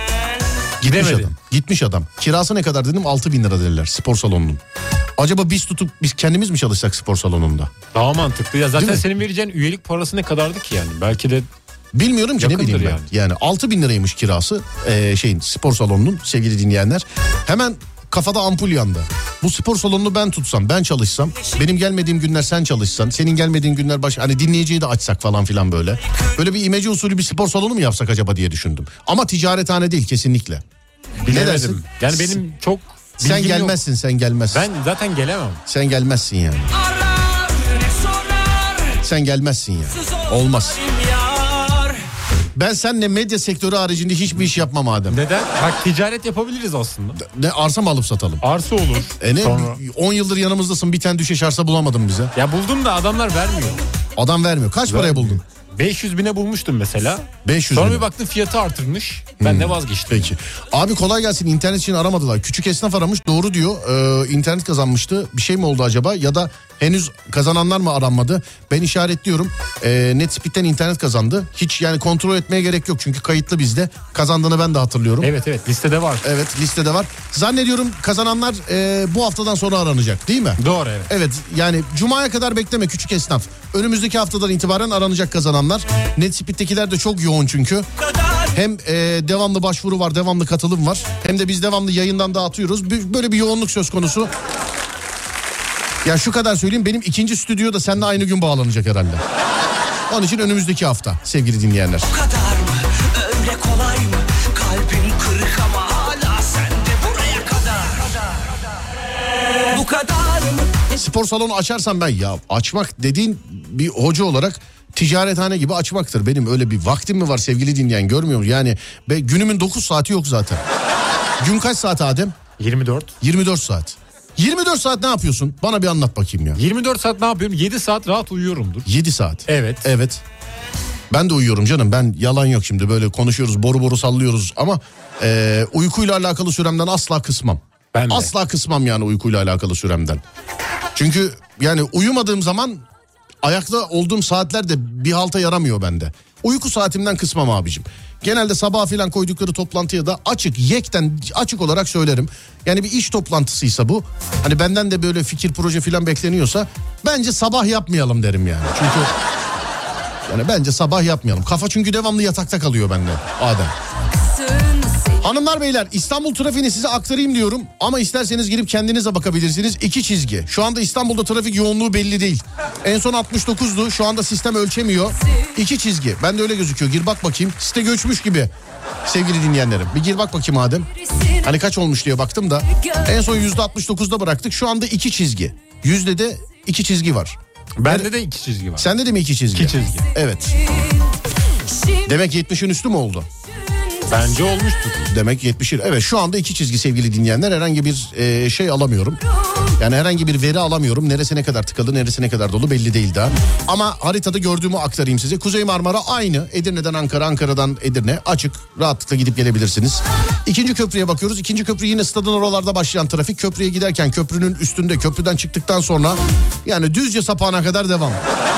Gitmiş Gidemedim. adam. Gitmiş adam. Kirası ne kadar dedim? 6.000 lira dediler spor salonunun. Acaba biz kendimiz mi çalışsak spor salonunda? Daha mantıklı. Ya Değil zaten mi? senin vereceğin üyelik parası ne kadardı ki yani? Belki de Bilmiyorum ki ne yakındır bileyim ben. Yani 6.000 liraymış kirası spor salonunun sevgili dinleyenler. Hemen kafada ampul yandı. Bu spor salonunu ben tutsam, ben çalışsam, benim gelmediğim günler sen çalışsan, senin gelmediğin günler hani dinleyiciyi de açsak falan filan böyle. Böyle bir imece usulü bir spor salonu mu yapsak acaba diye düşündüm. Ama ticarethane değil kesinlikle. Ne bilemedim. dersin? Yani benim çok Sen bilgim gelmezsin, yok. sen gelmezsin. Ben zaten gelemem. Sen gelmezsin yani. Arar ne sorar. Sen gelmezsin yani. Olmaz. Yar. Ben seninle medya sektörü haricinde hiçbir iş yapmam Adem. Neden? Bak ticaret yapabiliriz aslında. Ne arsa mı alıp satalım? Arsa olur. Ne? Sonra. 10 yıldır yanımızdasın, bir tane düşeş arsa bulamadın bize. Ya buldum da adamlar vermiyor. Adam vermiyor. Kaç paraya Vermiyor. buldun? 500 bine bulmuştum mesela. 500 Sonra bin. bir baktım fiyatı artırmış. Ben de vazgeçtim. Peki. Abi kolay gelsin, internet için aramadılar. Küçük esnaf aramış, doğru diyor. İnternet kazanmıştı. Bir şey mi oldu acaba? Ya da henüz kazananlar mı aranmadı? Ben işaretliyorum. Netspeed'den internet kazandı. Hiç yani kontrol etmeye gerek yok. Çünkü kayıtlı bizde. Kazandığını ben de hatırlıyorum. Evet listede var. Evet, listede var. Zannediyorum kazananlar bu haftadan sonra aranacak değil mi? Doğru evet. Evet, yani Cuma'ya kadar bekleme küçük esnaf. Önümüzdeki haftadan itibaren aranacak kazananlar. Netspeed'tekiler de çok yoğun çünkü. Hem devamlı başvuru var, devamlı katılım var. Hem de biz devamlı yayından dağıtıyoruz. Böyle bir yoğunluk söz konusu. Ya şu kadar söyleyeyim, benim ikinci stüdyo da seninle aynı gün bağlanacak herhalde. Onun için önümüzdeki hafta sevgili dinleyenler. Bu kadar mı? Öyle kolay mı? Kalbim kırık ama hala sende buraya kadar. Bu kadar mı? Spor salonu açarsam ben, ya açmak dediğin bir hoca olarak ticarethane gibi açmaktır. Benim öyle bir vaktim mi var sevgili dinleyen, görmüyor musun? Yani günümün 9 saati yok zaten. Gün kaç saat Adem? 24. 24 saat. 24 saat ne yapıyorsun? Bana bir anlat bakayım ya. 24 saat ne yapıyorum? 7 saat rahat uyuyorumdur. 7 saat. Evet. Evet. Ben de uyuyorum canım. Ben yalan yok şimdi, böyle konuşuyoruz, boru sallıyoruz ama uykuyla alakalı süremden asla kısmam. Ben de. Asla kısmam yani uykuyla alakalı süremden. Çünkü yani uyumadığım zaman ayakta olduğum saatler de bir halta yaramıyor bende. Uyku saatimden kısmam abicim. Genelde sabah filan koydukları toplantıya da yekten açık olarak söylerim. Yani bir iş toplantısıysa bu, hani benden de böyle fikir proje filan bekleniyorsa bence sabah yapmayalım derim yani. Çünkü yani bence sabah yapmayalım. Kafa çünkü devamlı yatakta kalıyor bende Adem. Hanımlar beyler, İstanbul trafiğini size aktarayım diyorum ama isterseniz girip kendinize bakabilirsiniz. 2 çizgi. Şu anda İstanbul'da trafik yoğunluğu belli değil. En son 69'du. Şu anda sistem ölçemiyor. 2 çizgi. Ben de öyle gözüküyor. Gir bak bakayım. Site göçmüş gibi. Sevgili dinleyenlerim. Bir gir bak bakayım Adem. Hani kaç olmuş diye baktım da. En son %69'da bıraktık. Şu anda 2 çizgi. Yüzdede 2 çizgi var. Bende de 2 çizgi var. Sende de mi 2 çizgi? 2 çizgi. Evet. Demek 70'in üstü mü oldu? Bence olmuştur. Demek 70'in. Evet, şu anda 2 çizgi sevgili dinleyenler. Herhangi bir şey alamıyorum. Yani herhangi bir veri alamıyorum. Neresi ne kadar tıkalı, neresi ne kadar dolu belli değil daha. Ama haritada gördüğümü aktarayım size. Kuzey Marmara aynı. Edirne'den Ankara, Ankara'dan Edirne açık. Rahatlıkla gidip gelebilirsiniz. 2. köprüye bakıyoruz. 2. köprü yine stadın oralarda başlayan trafik. Köprüye giderken köprünün üstünde, köprüden çıktıktan sonra yani Düzce sapağına kadar devam.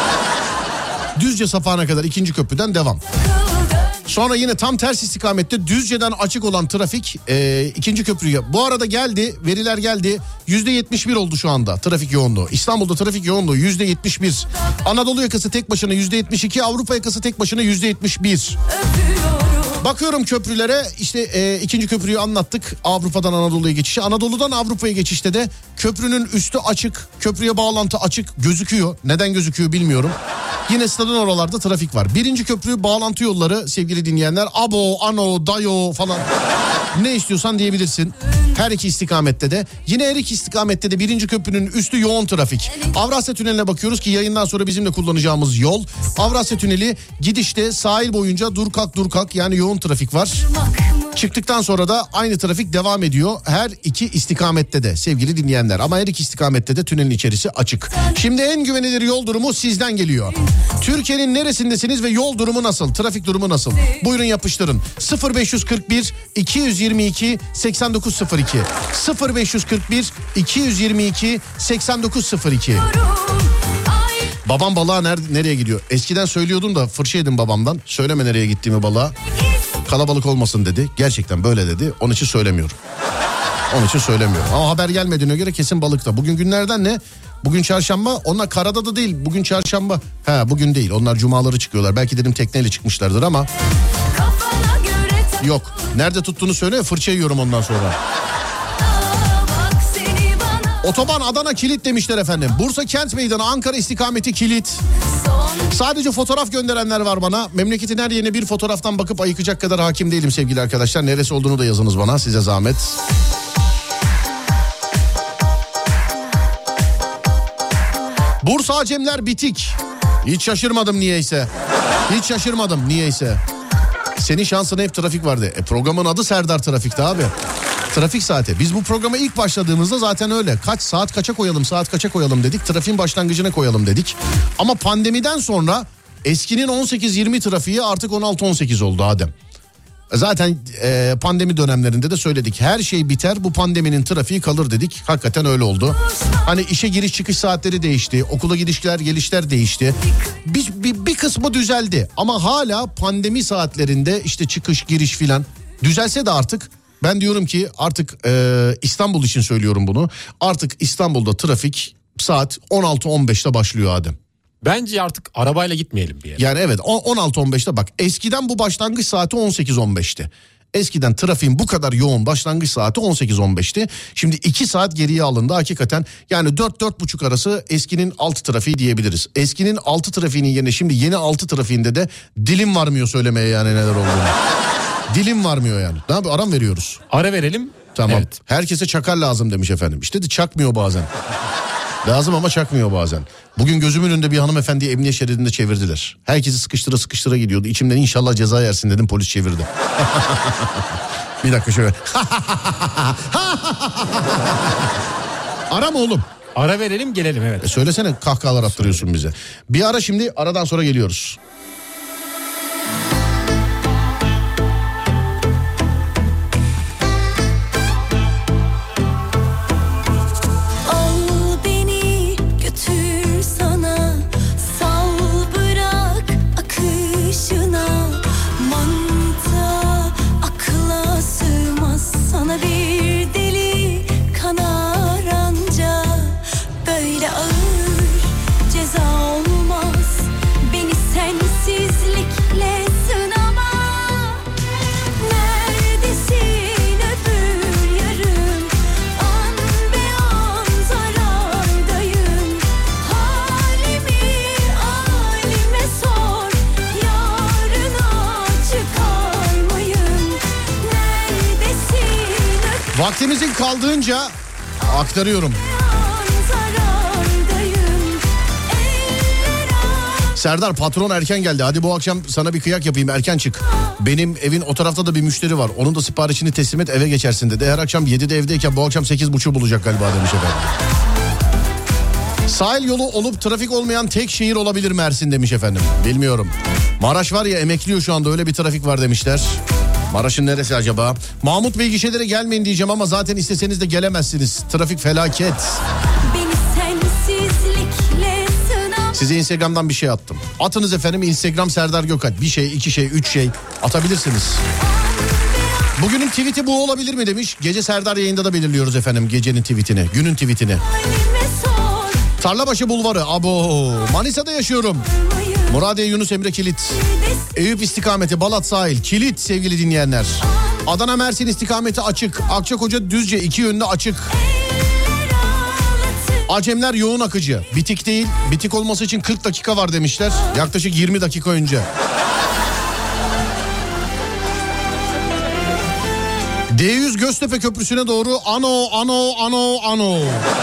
Düzce sapağına kadar 2. köprüden devam. Sonra yine tam ters istikamette Düzce'den açık olan trafik 2. köprüye. Bu arada geldi, veriler geldi. %71 oldu şu anda trafik yoğunluğu. İstanbul'da trafik yoğunluğu %71. Anadolu yakası tek başına %72, Avrupa yakası tek başına %71. Bakıyorum köprülere, işte ikinci köprüyü anlattık. Avrupa'dan Anadolu'ya geçişi. Anadolu'dan Avrupa'ya geçişte de köprünün üstü açık. Köprüye bağlantı açık gözüküyor. Neden gözüküyor bilmiyorum. Yine stadın oralarda trafik var. Birinci köprü bağlantı yolları sevgili dinleyenler. Abo, ano, dayo falan. Ne istiyorsan diyebilirsin. Her iki istikamette de. Yine her iki istikamette de birinci köprünün üstü yoğun trafik. Avrasya Tüneli'ne bakıyoruz ki yayından sonra bizim de kullanacağımız yol. Avrasya Tüneli gidişte sahil boyunca dur kalk yani yoğun trafik var. Çıktıktan sonra da aynı trafik devam ediyor. Her iki istikamette de sevgili dinleyenler. Ama her iki istikamette de tünelin içerisi açık. Şimdi en güvenilir yol durumu sizden geliyor. Türkiye'nin neresindesiniz ve yol durumu nasıl? Trafik durumu nasıl? Buyurun yapıştırın. 0541 222 8902 0541 222 8902. Babam balığa nereye gidiyor? Eskiden söylüyordum da fırça yedim babamdan. Söyleme nereye gittiğimi balığa. Kalabalık olmasın dedi. Gerçekten böyle dedi. Onun için söylemiyorum. Ama haber gelmediğine göre kesin balıkta. Bugün günlerden ne? Bugün çarşamba. Onlar karada da değil. Bugün çarşamba. Bugün değil. Onlar cumaları çıkıyorlar. Belki dedim tekneyle çıkmışlardır ama. Yok. Nerede tuttuğunu söyle. Fırça yiyorum ondan sonra. Otoban Adana kilit demişler efendim. Bursa Kent Meydanı Ankara istikameti kilit. Sadece fotoğraf gönderenler var bana. Memleketin her yerine bir fotoğraftan bakıp ayıkacak kadar hakim değilim sevgili arkadaşlar. Neresi olduğunu da yazınız bana, size zahmet. Bursa Acemler bitik. Hiç şaşırmadım niyeyse. Senin şansına hep trafik vardı. Programın adı Serdar Trafik'ti abi. Trafik saati. Biz bu programa ilk başladığımızda zaten öyle. Saat kaça koyalım dedik. Trafiğin başlangıcına koyalım dedik. Ama pandemiden sonra eskinin 18-20 trafiği artık 16-18 oldu Adem. Zaten pandemi dönemlerinde de söyledik. Her şey biter, bu pandeminin trafiği kalır dedik. Hakikaten öyle oldu. Hani işe giriş çıkış saatleri değişti. Okula gidişler gelişler değişti. Bir kısmı düzeldi. Ama hala pandemi saatlerinde işte çıkış giriş filan düzelse de artık... Ben diyorum ki artık İstanbul için söylüyorum bunu. Artık İstanbul'da trafik saat 16-15'te başlıyor Adem. Bence artık arabayla gitmeyelim bir yere. Yani evet 16-15'te bak. Eskiden bu başlangıç saati 18-15'ti. Eskiden trafiğin bu kadar yoğun başlangıç saati 18-15'ti. Şimdi 2 saat geriye alındı hakikaten. Yani 4-4.30 arası eskinin 6 trafiği diyebiliriz. Eskinin 6 trafiğinin yerine şimdi yeni 6 trafiğinde de dilim varmıyor söylemeye yani neler olduğunu. Dilim varmıyor yani. Ne yapayım, aram veriyoruz. Ara verelim. Tamam. Evet. Herkese çakar lazım demiş efendim. İşte de çakmıyor bazen. Lazım ama çakmıyor bazen. Bugün gözümün önünde bir hanımefendiyi emniyet şeridinde çevirdiler. Herkesi sıkıştıra gidiyordu. İçimden inşallah ceza yersin dedim, polis çevirdi. Bir dakika şöyle. Ara mı oğlum? Ara verelim gelelim evet. Söylesene, kahkahalar attırıyorsun bize. Bir ara şimdi, aradan sonra geliyoruz. Vaktimizin kaldığınca aktarıyorum. Serdar, patron erken geldi. Hadi bu akşam sana bir kıyak yapayım, erken çık. Benim evin o tarafta da bir müşteri var. Onun da siparişini teslim et, eve geçersin dedi. Her akşam 7'de evdeyken bu akşam 8.30 bulacak galiba demiş efendim. Sahil yolu olup trafik olmayan tek şehir olabilir Mersin demiş efendim. Bilmiyorum. Maraş var ya, emekliyor şu anda, öyle bir trafik var demişler. Maraş'ın neresi acaba? Mahmut Bey gişelere gelmeyin diyeceğim ama zaten isteseniz de gelemezsiniz. Trafik felaket. Size Instagram'dan bir şey attım. Atınız efendim, Instagram Serdar Gökalp. Bir şey, 2 şey, 3 şey atabilirsiniz. Bugünün tweet'i bu olabilir mi demiş. Gece Serdar yayında da belirliyoruz efendim gecenin tweet'ini, günün tweet'ini. Tarlabaşı Bulvarı. Abo, Manisa'da yaşıyorum. Muradiye Yunus Emre Kilit. Eyüp istikameti Balat sahil Kilit sevgili dinleyenler. Adana Mersin istikameti açık. Akçakoca Düzce 2 yönlü açık. Acemler yoğun akıcı. Bitik değil. Bitik olması için 40 dakika var demişler. Yaklaşık 20 dakika önce. D100 Göztepe Köprüsü'ne doğru ano.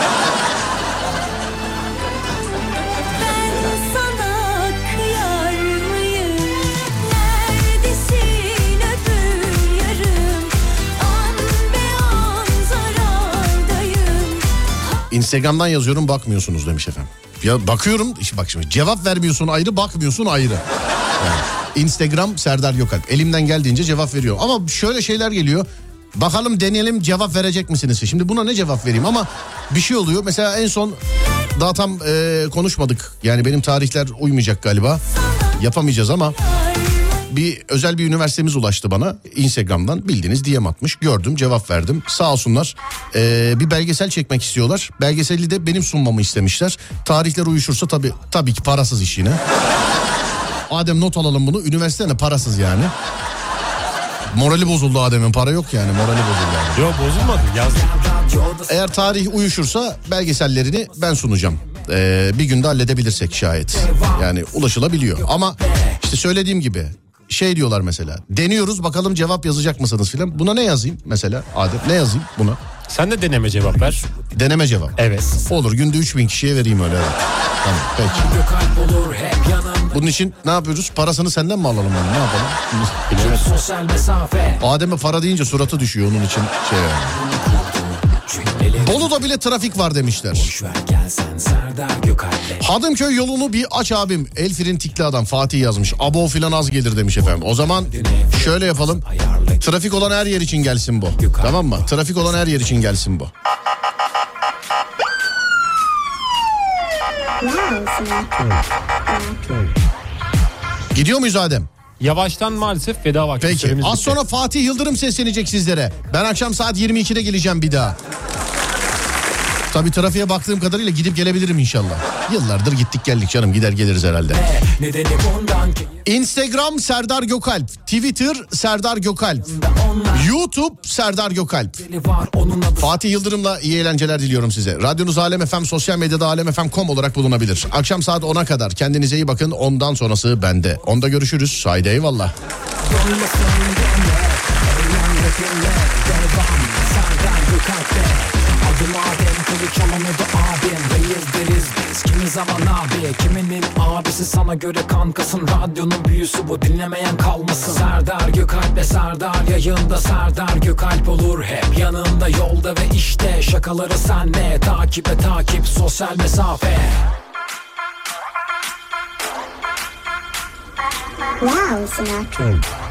Instagram'dan yazıyorum bakmıyorsunuz demiş efendim. Ya bakıyorum bak şimdi cevap vermiyorsun ayrı, bakmıyorsun ayrı. Yani Instagram Serdar Gökalp, elimden geldiğince cevap veriyor. Ama şöyle şeyler geliyor. Bakalım deneyelim, cevap verecek misiniz? Şimdi buna ne cevap vereyim ama bir şey oluyor. Mesela en son daha tam konuşmadık. Yani benim tarihler uymayacak galiba. Yapamayacağız ama özel bir üniversitemiz ulaştı bana Instagram'dan, bildiğiniz DM atmış, gördüm, cevap verdim, sağ olsunlar. Bir belgesel çekmek istiyorlar, belgeseli de benim sunmamı istemişler. Tarihler uyuşursa tabii ki parasız iş yine. Adem not alalım bunu, üniversite ne parasız yani. Morali bozuldu Adem'in, para yok yani, morali bozuldu yani. Yok bozulmadı, yazdım. Eğer tarih uyuşursa belgesellerini ben sunacağım. Bir günde halledebilirsek şayet. Yani ulaşılabiliyor ama işte söylediğim gibi şey diyorlar mesela, deniyoruz bakalım cevap yazacak mısınız filan. Buna ne yazayım mesela Adem, ne yazayım buna? Sen de deneme cevap ver. Deneme cevap. Evet. Olur, günde 3000 kişiye vereyim öyle. Evet. Tamam peki. Bunun için ne yapıyoruz? Parasını senden mi alalım onu? Ne yapalım? Adem'e para deyince suratı düşüyor, onun için şey yani. Bolu'da bile trafik var demişler. Hadımköy yolunu bir aç abim. El frentikli adam Fatih yazmış. Abo filan az gelir demiş efendim. O zaman şöyle yapalım. Trafik olan her yer için gelsin bu. Tamam mı? Trafik olan her yer için gelsin bu. Gidiyor muyuz Adem? Yavaştan maalesef veda vakti. Peki az sonra Fatih Yıldırım seslenecek sizlere. Ben akşam saat 22'de geleceğim bir daha. Tabii trafiğe baktığım kadarıyla gidip gelebilirim inşallah. Yıllardır gittik geldik canım, gider geliriz herhalde. Instagram Serdar Gökalp, Twitter Serdar Gökalp, YouTube Serdar Gökalp. Fatih Yıldırım'la iyi eğlenceler diliyorum size. Radyonuz Alem FM, sosyal medyada alemfm.com olarak bulunabilir. Akşam saat 10'a kadar kendinize iyi bakın, ondan sonrası bende. Onda görüşürüz. Haydi eyvallah. Adım Adem, kılıç çalamadı abim. Reis deriz biz, kimi zaman abi. Kiminin abisi sana göre kankasın. Radyonun büyüsü bu, dinlemeyen kalmasın. Serdar Gökalp ve Serdar yayında. Serdar Gökalp olur hep yanında, yolda ve işte. Şakaları senle, takibe takip, sosyal mesafe. Wow, Sinatra.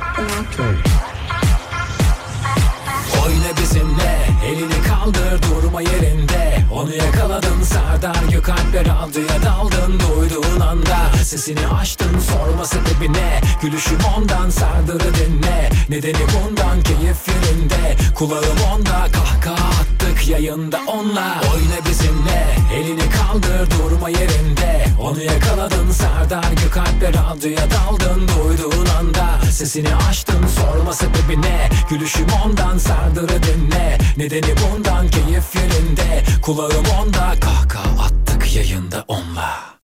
Oyna bizimle, elini kaldır, durma yerinde. Onu yakaladın, Serdar Gökalp'le radyoya daldın. Duyduğun anda sesini açtın, sorma sebebi ne. Gülüşüm ondan, Serdar'ı dinle. Nedeni bundan, keyif yerinde. Kulağım onda, kahkaha attık yayında onunla. Oyna bizimle, elini kaldır, durma yerinde. Onu yakaladın, Serdar Gökalp'le radyoya daldın. Duyduğun anda sesini açtın, sorma sebebi ne. Gülüşüm ondan, Serdar'ı dinle. Nedeni bundan, keyif yerinde. Kulağım onda, kahkaha attık yayında onunla.